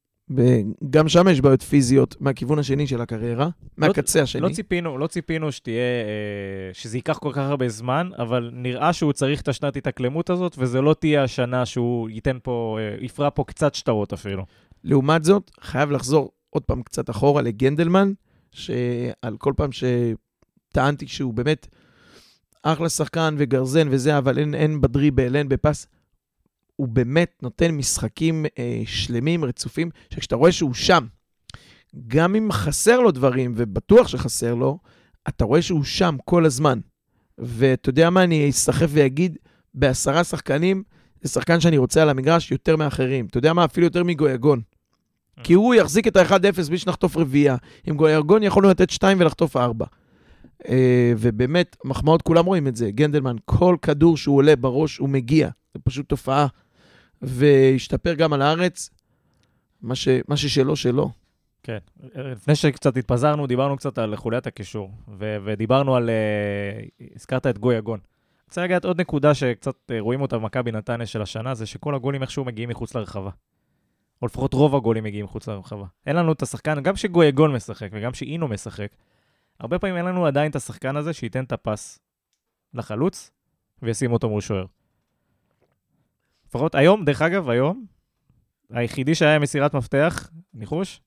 וגם שם יש בעיות פיזיות מהכיוון השני של הקריירה, מהקצה השני. לא ציפינו שזה ייקח כל כך הרבה זמן, אבל נראה שהוא צריך את השנת התאקלמות הזאת, וזה לא תהיה השנה שהוא יפרע פה קצת שטרות אפילו. לעומת זאת, חייב לחזור עוד פעם קצת אחורה לגנדלמן, שעל כל פעם שטענתי שהוא באמת אחלה שחקן וגרזן וזה, אבל אין בדריבל, אין בפס, הוא באמת נותן משחקים שלמים, רצופים, שכשאתה רואה שהוא שם, גם אם חסר לו דברים, ובטוח שחסר לו, אתה רואה שהוא שם כל הזמן. ואתה יודע מה, אני אסחף ויגיד, ב10 שחקנים, זה שחקן שאני רוצה על המגרש יותר מאחרים. אתה יודע מה, אפילו יותר מגויגון. כי הוא יחזיק את ה-1-0 בלי שנחטוף רביעייה. עם גויגון יכולנו לתת 2 ולחטוף 4. ובאמת, מחמאות כולם רואים את זה. גנדלמן, כל כדור שהוא עולה בראש, הוא מגיע. זה פשוט תופעה. והשתפר גם על הארץ, מה ששלו, שלו. כן. לפני שקצת התפזרנו, דיברנו קצת על חוליית הקישור, ודיברנו על, הזכרת את גוי הגון. אני רוצה להגיד עוד נקודה שקצת רואים אותה במכבי נתניה של השנה, זה שכל הגולים איכשהו מגיעים מחוץ לרחבה. או לפחות רוב הגולים מגיעים מחוץ לרחבה. אין לנו את השחקן, גם שגוי הגון משחק וגם שאינו משחק, הרבה פעמים אין לנו עדיין את השחקן הזה שייתן את הפס לחלוץ וישים אותו מול שוער. לפחות היום, דרך אגב, היום, היחידי שהיה מסירת מפתח, ניחוש?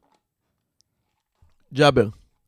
ג'אבר.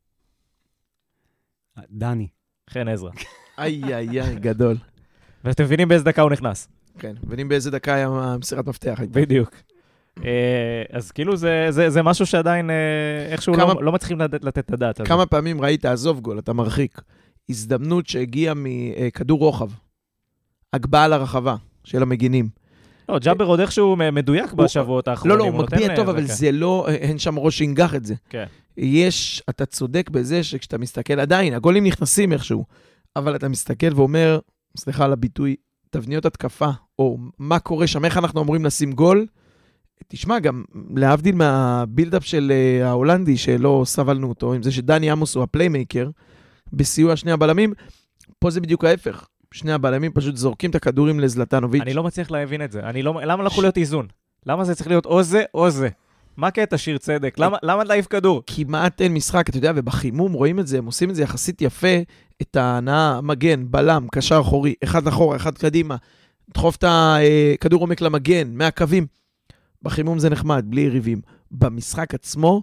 דני. חן עזרא. איי, גדול. ואתם מבינים באיזה דקה הוא נכנס. כן, מבינים באיזה דקה היה מסירת מפתח. בדיוק. אז כאילו זה משהו שעדיין איכשהו לא מצליחים לתת את הדעת. כמה פעמים ראית, עזוב גול, אתה מרחיק, הזדמנות שהגיעה מכדור רוחב, הגבהה לרחבה של המגינים. לא, ג'אבר עוד איכשהו מדויק בשבועות האחרונים. לא, הוא מגביה טוב, אבל זה לא, אין שם ראש שינגח את זה. כן. אתה צודק בזה שכשאתה מסתכל, עדיין, הגולים נכנסים איכשהו, אבל אתה מסתכל ואומר, סליחה על הביטוי, תבניות התקפה, או מה קורה שם, איך אנחנו אמורים לשים גול, תשמע, גם להבדיל מהבילדאפ של ההולנדי, שלא סבלנו אותו, עם זה שדני עמוס הוא הפליימייקר, בסיוע שני הבלמים, פה זה בדיוק ההפך. שני הבלמים פשוט זורקים את הכדורים לזלטנוביץ'. אני לא מצליח להבין את זה. למה לא יכול להיות איזון? למה זה צריך להיות או זה או זה? מה קטע שיר צדק? למה להעיף כדור? כמעט אין משחק, אתה יודע, ובחימום רואים את זה, הם עושים את זה יחסית יפה, את ההנאה, מגן, בלם, קשר אחורי, אחד אחורה, אחד קדימה, דחוף את הכדור עומק למגן, מהקווים. בחימום זה נחמד, בלי יריבים. במשחק עצמו,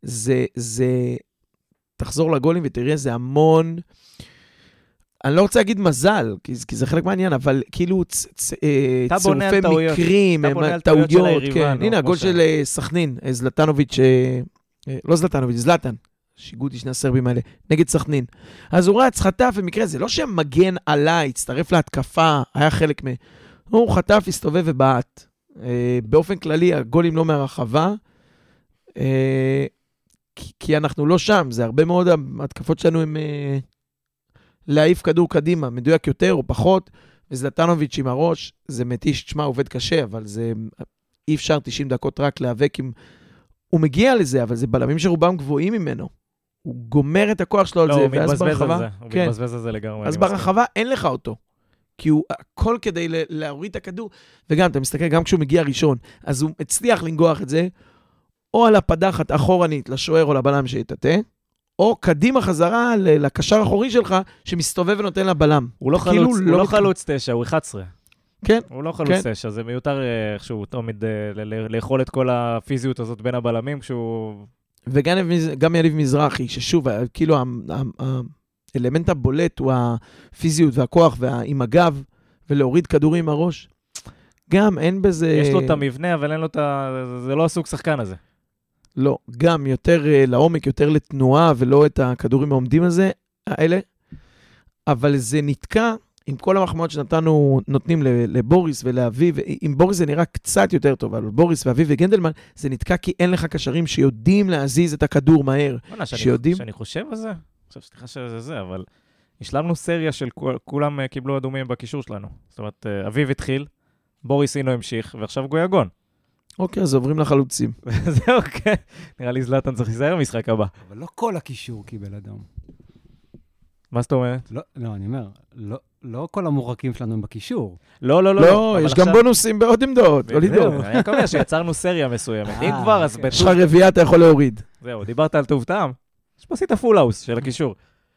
תחזור לגולים ותראה, זה המון, אני לא רוצה להגיד מזל, כי זה חלק מהעניין, אבל כאילו צירופי מקרים, טעויות, כן. הנה, הגול של סכנין, זלטנוביץ', לא זלטנוביץ', זלטן, שיגעו שני הסרבים האלה, נגד סכנין. אז הוא רץ, חטף, במקרה זה לא שהמגן עלה, הצטרף להתקפה, היה חלק הוא חטף, הסתובב ובעט. באופן כללי, הגולים לא מהרחבה, כי אנחנו לא שם, זה הרבה מאוד, התקפות שלנו הם להעיף כדור קדימה, מדויק יותר או פחות, וזלטנוביץ' עם הראש, זה מתיש, תשמע, עובד קשה, אבל זה אי אפשר 90 דקות רק להיאבק עם, הוא מגיע לזה, אבל זה בלמים שרובם גבוהים ממנו, הוא גומר את הכוח שלו על זה, ואז ברחבה, הוא מתבזבז על זה לגמרי. אז ברחבה אין לך אותו, כי הוא הכל כדי להוריד את הכדור, וגם, אתה מסתכל, גם כשהוא מגיע ראשון, אז הוא הצליח לנגוח את זה, או על הפדחת אחורנית לשוער או לבלם שיטטה, או קדימה חזרה לקשר האחורי שלך, שמסתובב ונותן לבלם. הוא לא חלוץ 9, הוא 11. כן. הוא לא חלוץ 9, זה מיותר איכשהו תמיד לאכול את כל הפיזיות הזאת בין הבלמים, כשהוא... וגם יניב מזרחי, ששוב, כאילו האלמנט הבולט הוא הפיזיות והכוח עם הגב, ולהוריד כדורים עם הראש. גם אין בזה... יש לו את המבנה, אבל אין לו את זה לא הסוג שחקן הזה. לא, גם יותר לעומק, יותר לתנועה, ולא את הכדורים העומדים האלה, אבל זה נתקע עם כל המחמאות שנתנו, נותנים לבוריס ולאביב, עם בוריס זה נראה קצת יותר טוב, אבל בוריס ואביב וגנדלמן, זה נתקע כי אין לך קשרים שיודעים להזיז את הכדור מהר. שאני חושב על זה, עכשיו סליחה שזה זה, אבל השלמנו סריה של כולם קיבלו אדומים בקישור שלנו. זאת אומרת, אביב התחיל, בוריס אינו המשיך, ועכשיו גויגון. אוקיי, אז עוברים לחלוצים. זהו, כן. נראה לי זלטן צריך להיזהר במשחק הבא. אבל לא כל הקישור קיבל אדום. מה זאת אומרת? לא, אני אומר, לא כל המורחקים שלנו הם בקישור. לא, יש גם בונוסים בעוד עמדות, לא לדאוג. אני קורא שיצרנו סריה מסוימת. אם כבר, אז יש לך רביעה, אתה יכול להוריד. זהו, דיברת על טוב טעם. יש פה עשית פול האוס של הקישור.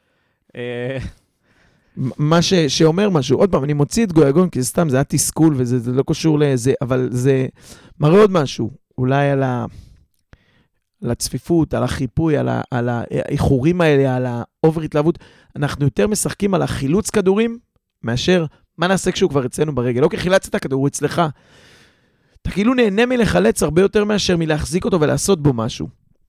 מה שאומר משהו, עוד פעם, אני מוציא את גויגון, כי זה סתם, זה היה תסכול, וזה לא קשור לזה, אבל זה מראה עוד משהו, אולי על הצפיפות, על החיפוי, על האיחורים האלה, על האובר התלהבות, אנחנו יותר משחקים על החילוץ כדורים, מאשר מה נעשה כשהוא כבר אצלנו ברגל. לא כחילץ את הכדור, הוא אצלך. אתה כאילו נהנה מלחלץ הרבה יותר מאשר מלהחזיק אותו ולעשות בו משהו.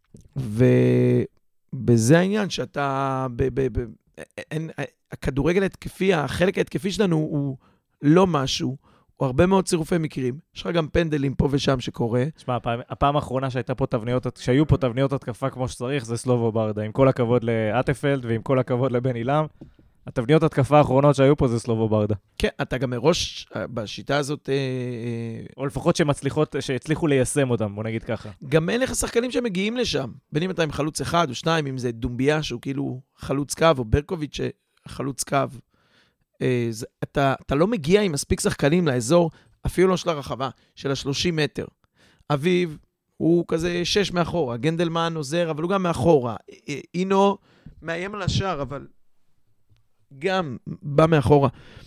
ובזה העניין שאתה... הכדורגל התקפי, החלק ההתקפי שלנו הוא לא משהו, או הרבה מאוד צירופי מקרים. יש לך גם פנדלים פה ושם שקורה. תשמע, הפעם האחרונה שהיו פה תבניות התקפה כמו שצריך, זה סלובו ברדה. עם כל הכבוד לאטפלד ועם כל הכבוד לבן אילם, התבניות התקפה האחרונות שהיו פה זה סלובו ברדה. כן, אתה גם מראש בשיטה הזאת... או לפחות שהצליחו ליישם אותם, בוא נגיד ככה. גם אין לך שחקנים שמגיעים לשם. בין אם אתה עם חלוץ אחד או שניים, אם זה דומביה שהוא כאילו חלוץ קו, או ברקוביץ' חלוץ קו. אתה לא מגיע עם מספיק שחקנים לאזור, אפילו לא של הרחבה, של ה-30 מטר. אביב הוא כזה 6 מאחורה, גנדלמן עוזר, אבל הוא גם מאחורה. אינו מאיים על השאר, אבל גם בא מאחורה.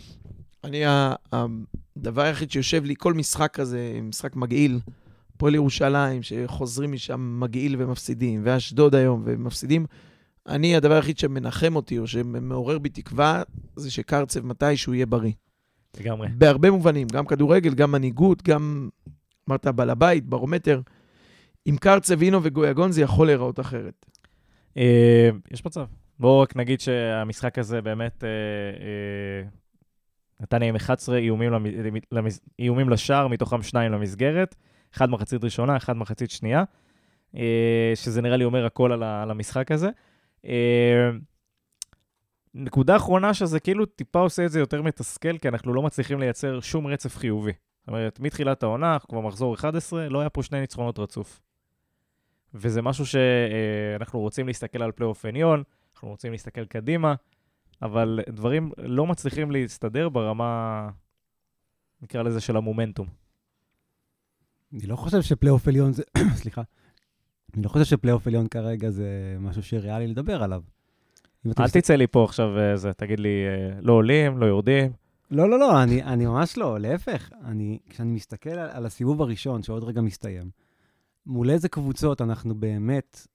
הדבר היחיד שיושב לי, כל משחק כזה, משחק מגעיל, פועל ירושלים, שחוזרים משם מגעיל ומפסידים, ואשדוד היום ומפסידים, הדבר היחיד שמנחם אותי, או שמעורר בי תקווה, זה שקרצב מתישהו יהיה בריא. לגמרי. בהרבה מובנים, גם כדורגל, גם מנהיגות, גם, אמרת, בעל הבית, ברומטר. עם קרצב, אינו וגויגון זה יכול להיראות אחרת. יש מצב. בואו רק נגיד שהמשחק הזה באמת נתניה עם 11 איומים לשער, מתוכם 2 למסגרת, 1 מחצית ראשונה, 1 מחצית שנייה, שזה נראה לי אומר הכל על המשחק הזה. נקודה אחרונה שזה כאילו טיפה עושה את זה יותר מתסכל, כי אנחנו לא מצליחים לייצר שום רצף חיובי. זאת אומרת, מתחילת העונה, כבר מחזור 11, לא היה פה 2 ניצחונות רצוף. וזה משהו שאנחנו רוצים להסתכל על פלייאוף עליון, אנחנו רוצים להסתכל קדימה, אבל דברים לא מצליחים להסתדר ברמה, נקרא לזה, של המומנטום. אני לא חושב שפלייאוף עליון זה... סליחה. אני לא חושב שפלייאוף עליון כרגע זה משהו שריאלי לדבר עליו. אל תצא לי פה עכשיו, תגיד לי, לא עולים, לא יורדים. לא, אני ממש לא, להפך. כשאני מסתכל על הסיבוב הראשון, שעוד רגע מסתיים, מול איזה קבוצות אנחנו באמת,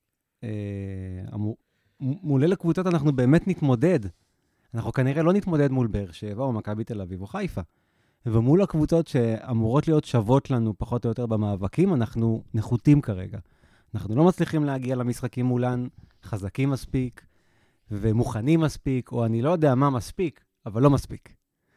מול איזה קבוצות אנחנו באמת נתמודד. אנחנו כנראה לא נתמודד מול באר שבע או מכבי תל אביב או חיפה. ומול הקבוצות שאמורות להיות שוות לנו פחות או יותר במאבקים, אנחנו נחותים כרגע. אנחנו לא מצליחים להגיע למשחקים מולן חזקים מספיק ומוכנים מספיק, או אני לא יודע מה מספיק, אבל לא מספיק.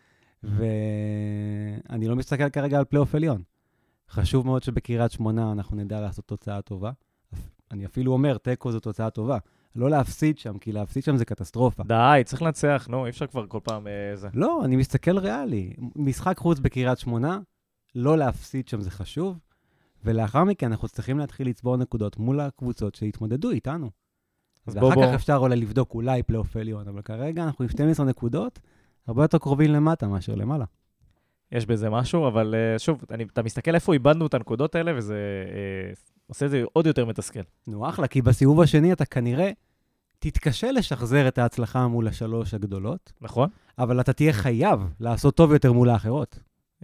ואני לא מסתכל כרגע על פלייאוף עליון. חשוב מאוד שבקריית שמונה אנחנו נדע לעשות תוצאה טובה. אני אפילו אומר, תיקו זו תוצאה טובה. לא להפסיד שם, כי להפסיד שם זה קטסטרופה. די, צריך לנצח, נו, אי אפשר כבר כל פעם זה. לא, אני מסתכל ריאלי. משחק חוץ בקריית שמונה, לא להפסיד שם זה חשוב, ולאחר מכן אנחנו צריכים להתחיל לצבור נקודות מול הקבוצות שהתמודדו איתנו. ואחר כך אפשר אולי לבדוק אולי פלייאוף עליון, אבל כרגע אנחנו עם 12 נקודות, הרבה יותר קרובים למטה מאשר למעלה. יש בזה משהו, אבל שוב, אתה מסתכל איפה איבדנו את הנקודות האלה, וזה עושה את זה עוד יותר מתסכל. נו, אחלה, כי בסיבוב השני אתה כנראה תתקשה לשחזר את ההצלחה מול השלוש הגדולות. נכון. אבל אתה תהיה חייב לעשות טוב יותר מול האחרות.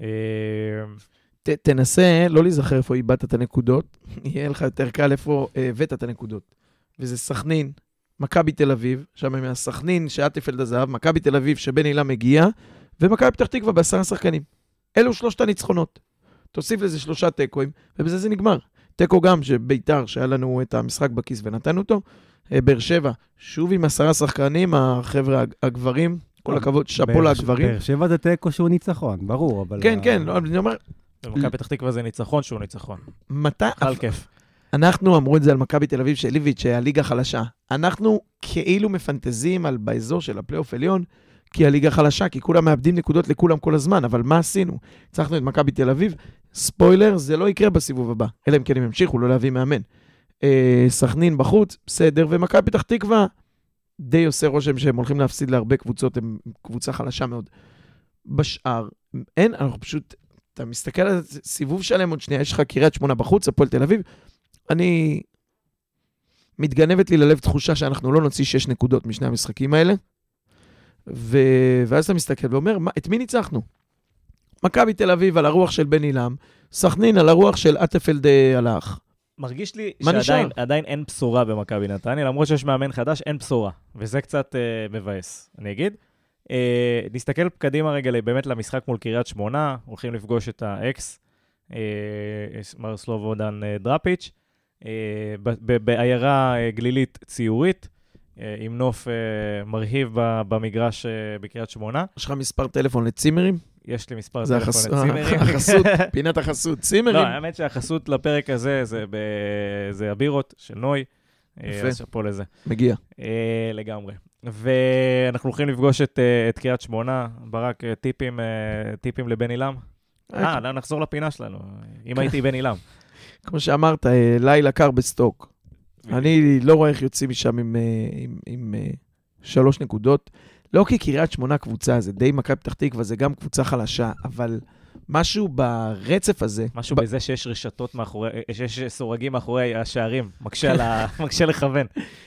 תנסה לא להיזכר איפה איבדת את הנקודות, יהיה לך יותר קל איפה הבאת את הנקודות. וזה סכנין, מכבי תל אביב, שם מהסכנין שאטפלד עזב, מכבי תל אביב שבן אילם מגיע, ומכבי פתח תקווה ב10 שחקנים. אלו 3 הניצחונות. תוסיף לזה 3 טקואים, ובזה זה נגמר. טקו גם שביתר, שהיה לנו את המשחק בכיס ונתנו אותו, באר שבע, שוב עם 10 שחקנים, החבר'ה הגברים, כל הכבוד, שפו לגברים. באר שבע זה טקו שהוא ניצחון, ברור, אבל... כן, כן, אני אומר... מכבי פתח תקווה זה ניצחון שהוא ניצחון. מתי? חל כיף. אנחנו אמרו את זה על מכבי תל אביב של ליביץ', שהליגה חלשה. אנחנו כאילו מפנטזים על באזור של הפלייאוף עליון, כי הליגה חלשה, כי כולם מאבדים נקודות לכולם כל הזמן, אבל מה עשינו? הצלחנו את מכבי תל אביב, ספוילר, זה לא יקרה בסיבוב הבא, אלא אם כן הם ימשיכו, לא להביא מאמן. סכנין בחוץ, בסדר, ומכבי פתח תקווה, די עושה רושם שהם הולכים להפסיד להרבה קבוצות, הם קבוצה חלשה מאוד. בשאר, אין, אנחנו פשוט, אתה מסתכל על סיבוב שלם עוד שנייה, יש לך קריית שמונה בחוץ, הפועל תל אביב, אני מתגנבת לי ללב תחושה שאנחנו לא נוציא 6 נקודות משני המשחקים האלה, ואז אתה מסתכל ואומר, את מי ניצחנו? מכבי תל אביב על הרוח של בן אילם, סכנין על הרוח של אטפלד הלך. מרגיש לי שעדיין אין בשורה במכבי נתניה, למרות שיש מאמן חדש, אין בשורה, וזה קצת מבאס, אני אגיד. נסתכל קדימה רגע באמת למשחק מול קריית שמונה, הולכים לפגוש את האקס, מר סלובודן דראפיץ', בעיירה גלילית ציורית, עם נוף מרהיב במגרש בקריית שמונה. יש לך מספר טלפון לצימרים? יש לי מספר זה טלפון לצימרים. החסות, פינת החסות, צימרים. לא, האמת שהחסות לפרק הזה זה הבירות של נוי. יפה. אז שפה לזה. מגיע. לגמרי. ואנחנו הולכים לפגוש את קריית שמונה. ברק, טיפים לבן אילם? נחזור לפינה שלנו. אם הייתי בן אילם. כמו שאמרת, לילה קר בסטוק. אני לא רואה איך יוצאים משם עם 3 נקודות. לא כי קריית שמונה קבוצה, זה די מכבי פתח תקווה, זה גם קבוצה חלשה, אבל משהו ברצף הזה... משהו בזה שיש רשתות מאחורי, שיש סורגים מאחורי השערים, מקשה לכוון.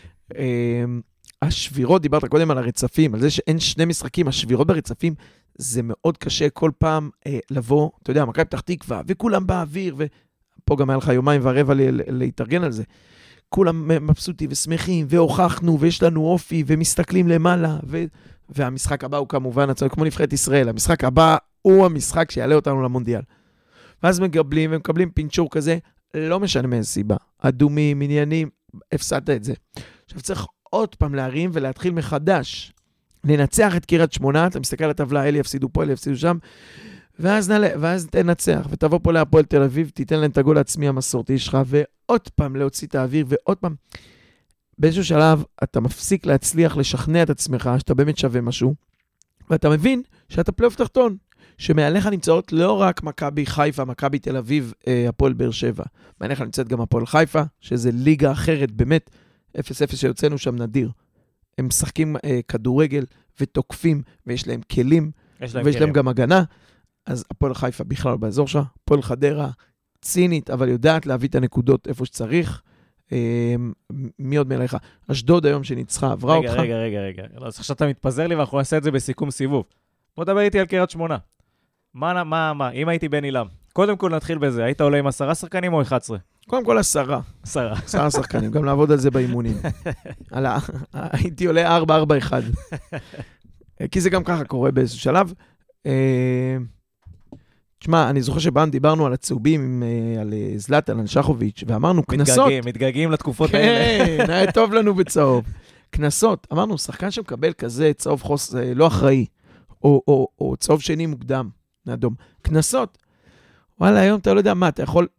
השבירות, דיברת קודם על הרצפים, על זה שאין 2 משחקים, השבירות ברצפים, זה מאוד קשה כל פעם לבוא, אתה יודע, מכבי פתח תקווה, וכולם באוויר, ופה גם היה לך 2.25 ימים להתארגן על זה. כולם מבסוטים ושמחים, והוכחנו, ויש לנו אופי, ומסתכלים למעלה, והמשחק הבא הוא כמובן, כמו נבחרת ישראל, המשחק הבא הוא המשחק שיעלה אותנו למונדיאל. ואז מקבלים פינצ'ור כזה, לא משנה מאיזה סיבה, אדומים, עניינים, הפסדת את זה. עכשיו צריך עוד פעם להרים ולהתחיל מחדש, לנצח את קריית שמונה, אתה מסתכל על הטבלה, אלה יפסידו פה, אלה יפסידו שם, ואז תנצח, ותבוא פה להפועל תל אביב, תיתן להם את הגול העצמי המסורתי שלך, ועוד פעם להוציא את האוויר, ועוד פעם, באיזשהו שלב, אתה מפסיק להצליח לשכנע את עצמך, שאתה באמת שווה משהו, ואתה מבין שאתה פלייאוף תחתון, שמעליך נמצאות לא רק מכבי חיפה, מכבי תל אביב, הפועל באר שבע, מעליך נמצאת גם הפועל חיפה, שזה ליגה אחרת, באמת, 0-0 שיוצאנו שם נדיר. הם משחקים כדורגל ותוקפים, ויש להם כלים, ויש להם גם הגנה, אז הפועל חיפה בכלל באזור שלה, הפועל חדרה, צינית, אבל יודעת להביא את הנקודות איפה שצריך. מי עוד מעליך? אשדוד היום שניצחה, עברה אותך. רגע. אז עכשיו אתה מתפזר לי ואנחנו נעשה את זה בסיכום סיבוב. בוא דבר איתי על קריית שמונה. מה, אם הייתי בן אילם. קודם כל נתחיל בזה, היית עולה עם 10 שחקנים או 11? קודם כל 10. 10 שחקנים, גם לעבוד על זה באימונים. הייתי עולה 4-4-1. כי זה גם ככה קורה באיזשהו שלב. תשמע, אני זוכר שבאנו דיברנו על הצהובים, על זלאטן, על שחוביץ', ואמרנו, כנסות. מתגעגעים לתקופות האלה. כן, היה טוב לנו בצהוב. כנסות, אמרנו, שחקן שמקבל כזה צהוב חוס לא אחראי, או צהוב שני מוקדם, אדום. כנסות. וואלה, היום אתה לא יודע מה, אתה יכול,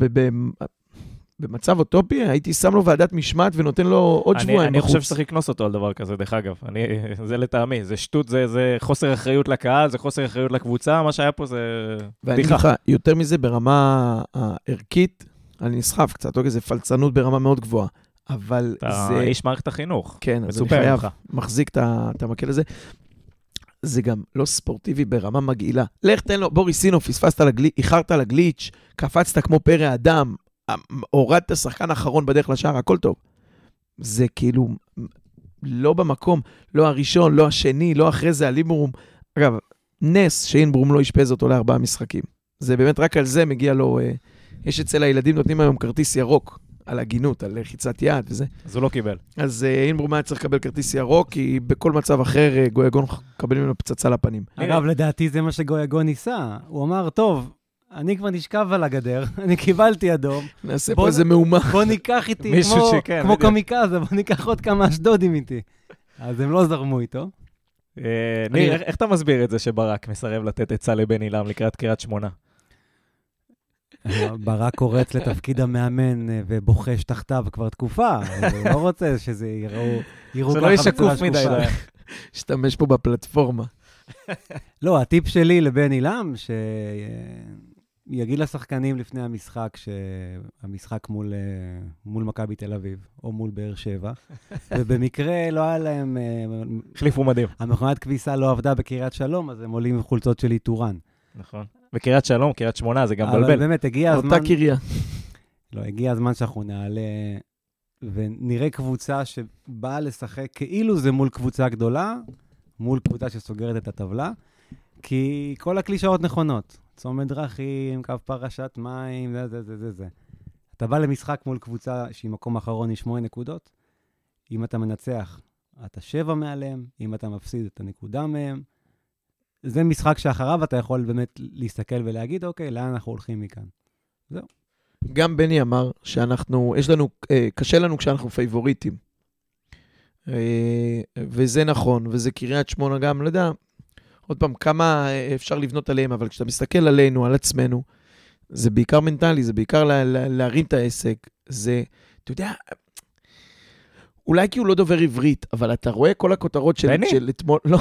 במצב אוטופי, הייתי שם לו ועדת משמעת ונותן לו עוד שבועיים אני בחוץ. חושב שצריך לקנוס אותו על דבר כזה, דרך אגב. זה לטעמי, זה שטות, זה חוסר אחריות לקהל, זה חוסר אחריות לקבוצה, מה שהיה פה זה ואני לך, יותר מזה, ברמה הערכית, אני נסחף קצת, זה פלצנות ברמה מאוד גבוהה, אבל זה... אתה איש מערכת החינוך. כן, אז אני חייב, מחזיק את המקל הזה. זה גם לא ספורטיבי ברמה מגעילה. לך תן לו, בוריסינו, פספסת איחרת לגליץ', קפצת כמו פרא אדם, הורדת שחקן אחרון בדרך לשער, הכל טוב. זה כאילו לא במקום, לא הראשון, לא השני, לא אחרי זה הליברום. אגב, נס שאינברום לא ישפז אותו ל4 משחקים. זה באמת רק על זה מגיע לו, יש אצל הילדים נותנים היום כרטיס ירוק, על הגינות, על חיצת יד וזה. אז הוא לא קיבל. אז אינברום היה צריך לקבל כרטיס ירוק, כי בכל מצב אחר גויגון קבלים לו פצצה לפנים. אגב, לדעתי זה מה שגויגון ניסה. הוא אמר, טוב, אני כבר נשכב על הגדר, אני קיבלתי אדום. נעשה פה איזה מהומה. בוא ניקח איתי, כמו קמיקזה, בוא ניקח עוד כמה אשדודים איתי. אז הם לא זרמו איתו. ניר, איך אתה מסביר את זה שברק מסרב לתת עצה לבן אילם לקראת קריית שמונה? ברק קורץ לתפקיד המאמן ובוחש תחתיו כבר תקופה. הוא לא רוצה שזה יראו זה לא ישקוף מדי. שתמש פה בפלטפורמה. לא, הטיפ שלי לבן אילם, שיגיד לשחקנים לפני המשחק, שהמשחק מול מכבי תל אביב, או מול באר שבע, ובמקרה לא היה להם... החליפו מדהים. המכונת כביסה לא עבדה בקריית שלום, אז הם עולים עם חולצות של איתורן. נכון. בקריית שלום, קריית שמונה, זה גם בלבל. אבל באמת, הגיע הזמן... אותה קריה. לא, הגיע הזמן שאנחנו נעלה ונראה קבוצה שבאה לשחק כאילו זה מול קבוצה גדולה, מול קבוצה שסוגרת את הטבלה, כי כל הקלישאות נכונות. צומת דרכים, קו פרשת מים, זה. אתה בא למשחק מול קבוצה שהיא מקום אחרון עם 8 נקודות, אם אתה מנצח, אתה 7 מעליהם, אם אתה מפסיד, אתה נקודה מהם. זה משחק שאחריו אתה יכול באמת להסתכל ולהגיד, אוקיי, לאן אנחנו הולכים מכאן? זהו. גם בני אמר שאנחנו, קשה לנו כשאנחנו פייבוריטים. וזה נכון, וזה קריית שמונה גם, לא יודע, עוד פעם, כמה אפשר לבנות עליהם, אבל כשאתה מסתכל עלינו, על עצמנו, זה בעיקר מנטלי, זה בעיקר להרים את העסק, זה, אתה יודע, אולי כי הוא לא דובר עברית, אבל אתה רואה כל הכותרות של אתמול, לא.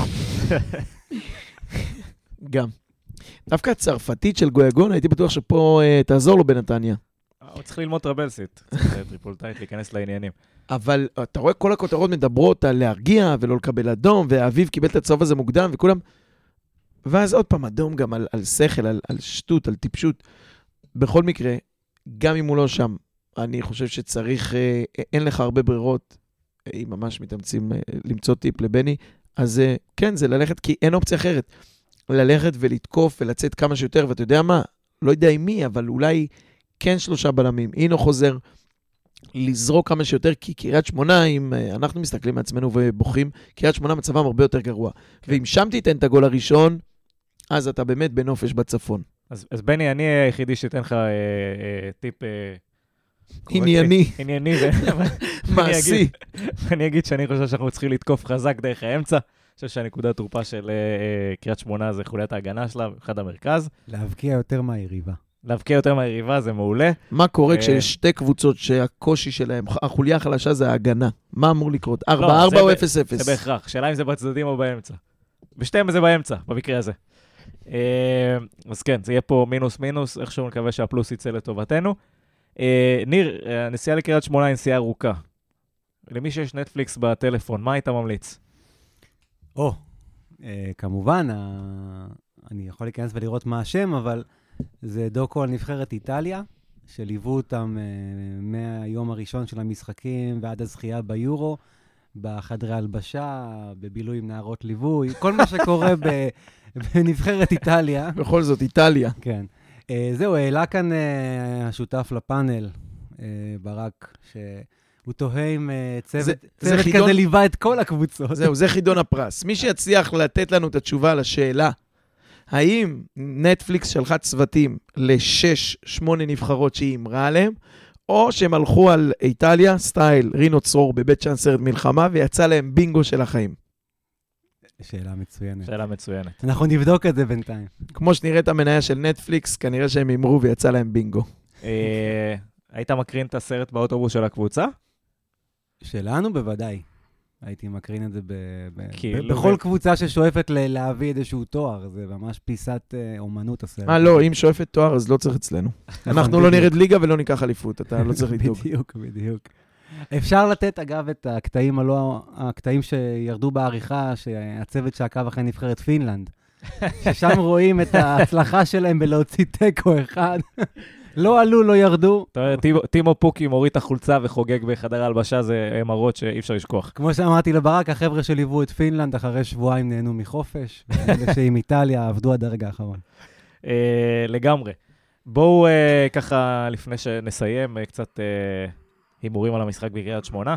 גם. דווקא הצרפתית של גויגון, הייתי בטוח שפה תעזור לו בנתניה. הוא צריך ללמוד טרבלסית, צריך טריפולטאית, להיכנס לעניינים. אבל אתה רואה כל הכותרות מדברות על להרגיע ולא לקבל אדום, והאביב קיבל את הצהוב הזה מוקדם, וכולם... ואז עוד פעם אדום גם על שכל, על שטות, על טיפשות. בכל מקרה, גם אם הוא לא שם, אני חושב שצריך, אין לך הרבה ברירות, אם ממש מתאמצים למצוא טיפ לבני, אז כן, זה ללכת, כי אין אופציה אחרת. ללכת ולתקוף ולצאת כמה שיותר, ואתה יודע מה? לא יודע עם מי, אבל אולי כן 3 בלמים. אינו חוזר לזרוק כמה שיותר, כי קריית שמונה, אם אנחנו מסתכלים מעצמנו ובוכים, קריית שמונה מצבם הרבה יותר גרוע. כן. ואם שם תיתן את הגול הראשון, אז אתה באמת בנופש בצפון. אז בני, אני היחידי שתן לך טיפ... ענייני. ענייני. מעשי. אני אגיד שאני חושב שאנחנו צריכים לתקוף חזק דרך האמצע. אני חושב שהנקודת תורפה של קריית שמונה זה חוליית ההגנה שלה, אחד המרכז. להבקיע יותר מהיריבה. להבקיע יותר מהיריבה זה מעולה. מה קורה כשיש 2 קבוצות שהקושי שלהם, החוליה החלשה זה ההגנה? מה אמור לקרות? 4-4 או 0-0? זה בהכרח. שאלה אם זה בצדדים או באמצע. בשתיהם זה באמצע, במקרה הזה. אז כן, זה יהיה פה מינוס, איכשהו נקווה שהפלוס יצא לטובתנו. ניר, הנסיעה לקריית שמונה היא נסיעה ארוכה. למי שיש נטפליקס בטלפון, מה היית ממליץ? כמובן, אני יכול להיכנס ולראות מה השם, אבל זה דוקו על נבחרת איטליה, שליוו אותם מהיום הראשון של המשחקים ועד הזכייה ביורו, בחדרי הלבשה, בבילוי עם נערות ליווי, כל מה שקורה בנבחרת איטליה. בכל זאת, איטליה. כן. זהו, העלה כאן השותף לפאנל, ברק, שהוא תוהה עם צוות כזה ליווה את כל הקבוצות. זהו, זה חידון הפרס. מי שיצליח לתת לנו את התשובה לשאלה, האם נטפליקס שלחה צוותים ל6-8 נבחרות שהיא אמרה עליהם, או שהם הלכו על איטליה, סטייל רינו צרור בבית צ'אנסרד מלחמה, ויצא להם בינגו של החיים. שאלה מצוינת. שאלה מצוינת. אנחנו נבדוק את זה בינתיים. כמו שנראה את המניה של נטפליקס, כנראה שהם אמרו ויצא להם בינגו. היית מקרין את הסרט באוטובוס של הקבוצה? שלנו בוודאי. הייתי מקרין את זה בכל קבוצה ששואפת להביא איזשהו תואר. זה ממש פיסת אומנות הסרט. לא, אם שואפת תואר, אז לא צריך אצלנו. אנחנו לא נרד ליגה ולא ניקח אליפות, אתה לא צריך לדאוג. בדיוק. אפשר לתת, אגב, את הקטעים שירדו בעריכה, שהצוות שעקב אחרי נבחרת פינלנד, ששם רואים את ההצלחה שלהם בלהוציא טקו אחד. לא עלו, לא ירדו. טימו פוקי מוריד את החולצה וחוגג בחדר ההלבשה, זה מראות שאי אפשר לשכוח. כמו שאמרתי לברק, החבר'ה שליוו את פינלנד, אחרי שבועיים נהנו מחופש, ואלה שעם איטליה עבדו עד הרגע האחרון. לגמרי. בואו ככה, לפני שנסיים, קצת הימורים על המשחק בקריית שמונה.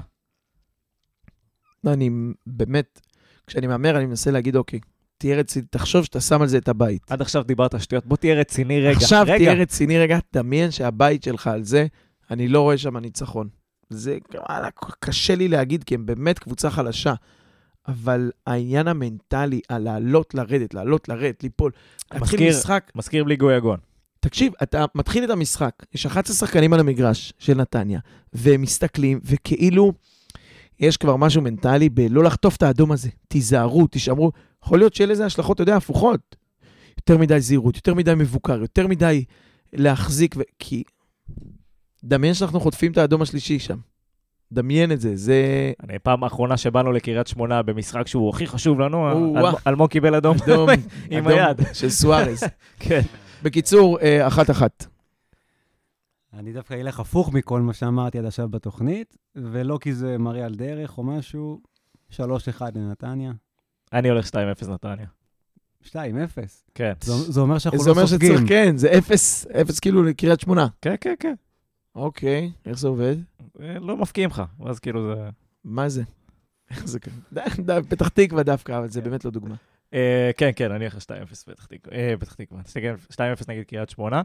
אני באמת, כשאני מאמר, אני מנסה להגיד, אוקיי, תהיה רציני, תחשוב שאתה שם על זה את הבית. עד עכשיו דיברת שטויות, בוא תהיה רציני רגע. עכשיו תהיה רציני רגע, תמיין שהבית שלך על זה, אני לא רואה שם ניצחון. זה קשה לי להגיד, כי הם באמת קבוצה חלשה, אבל העניין המנטלי, על לעלות לרדת, ליפול, להתחיל משחק... מזכיר בלי גויגון. תקשיב, אתה מתחיל את המשחק, יש 11 שחקנים על המגרש של נתניה, והם מסתכלים, וכאילו יש כבר משהו מנטלי בלא לחטוף את האדום הזה. תיזהרו, תשמרו. יכול להיות שיהיה לזה השלכות, אתה יודע, הפוכות. יותר מדי זהירות, יותר מדי מבוקר, יותר מדי להחזיק, כי דמיין שאנחנו חוטפים את האדום השלישי שם. דמיין את זה, זה... פעם האחרונה שבאנו לקריית שמונה במשחק שהוא הכי חשוב לנו, אלמוג קיבל אדום עם היד. של סוארז. כן. בקיצור, 1-1. אני דווקא אלך הפוך מכל מה שאמרתי עד עכשיו בתוכנית, ולא כי זה מראה על דרך או משהו, 3-1 לנתניה. אני הולך 2-0 נתניה. 2-0? כן. זה אומר שאנחנו לא סופגים. זה אומר שצריך, כן, זה 0 כאילו לקריית שמונה. כן, כן, כן. אוקיי, איך זה עובד? לא מפקיעים לך, אז כאילו זה... מה זה? איך זה ככה? פתח תקווה דווקא, אבל זה באמת לא דוגמה. כן, כן, אני הולך 2-0 פתח תקווה. 2-0 נגד קריית שמונה.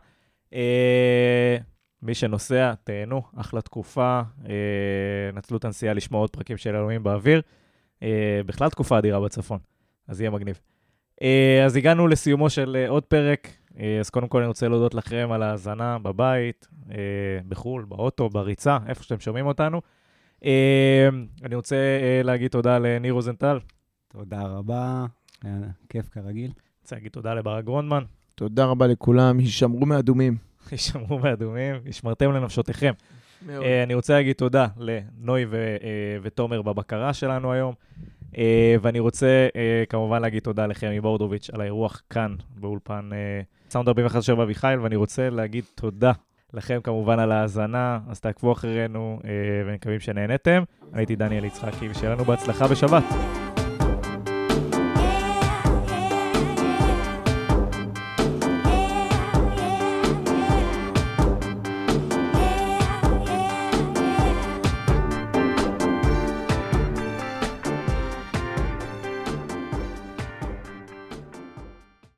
מי שנוסע, תהנו, אחלה תקופה, נצלו את הנסיעה לשמוע עוד פרקים של אלוהים באוויר. בכלל תקופה אדירה בצפון, אז יהיה מגניב. אז הגענו לסיומו של עוד פרק, אז קודם כל אני רוצה להודות לכם על ההאזנה בבית, בחול, באוטו, בריצה, איפה שאתם שומעים אותנו. אני רוצה להגיד תודה לניר רוזנטל. תודה רבה, היה כיף כרגיל. רוצה להגיד תודה לברק גרונדמן. תודה רבה לכולם, הישמרו מאדומים. הישמרו מאדומים, ישמרתם לנפשותיכם. אני רוצה להגיד תודה לנוי ותומר בבקרה שלנו היום, ואני רוצה כמובן להגיד תודה לחמי בורדוביץ' על האירוח כאן באולפן סאונד 41 באביחיל, ואני רוצה להגיד תודה לכם כמובן על ההאזנה, אז תעקבו אחרינו ומקווים שנהנתם. אני הייתי דניאל יצחקי, ושיהיה לנו בהצלחה בשבת.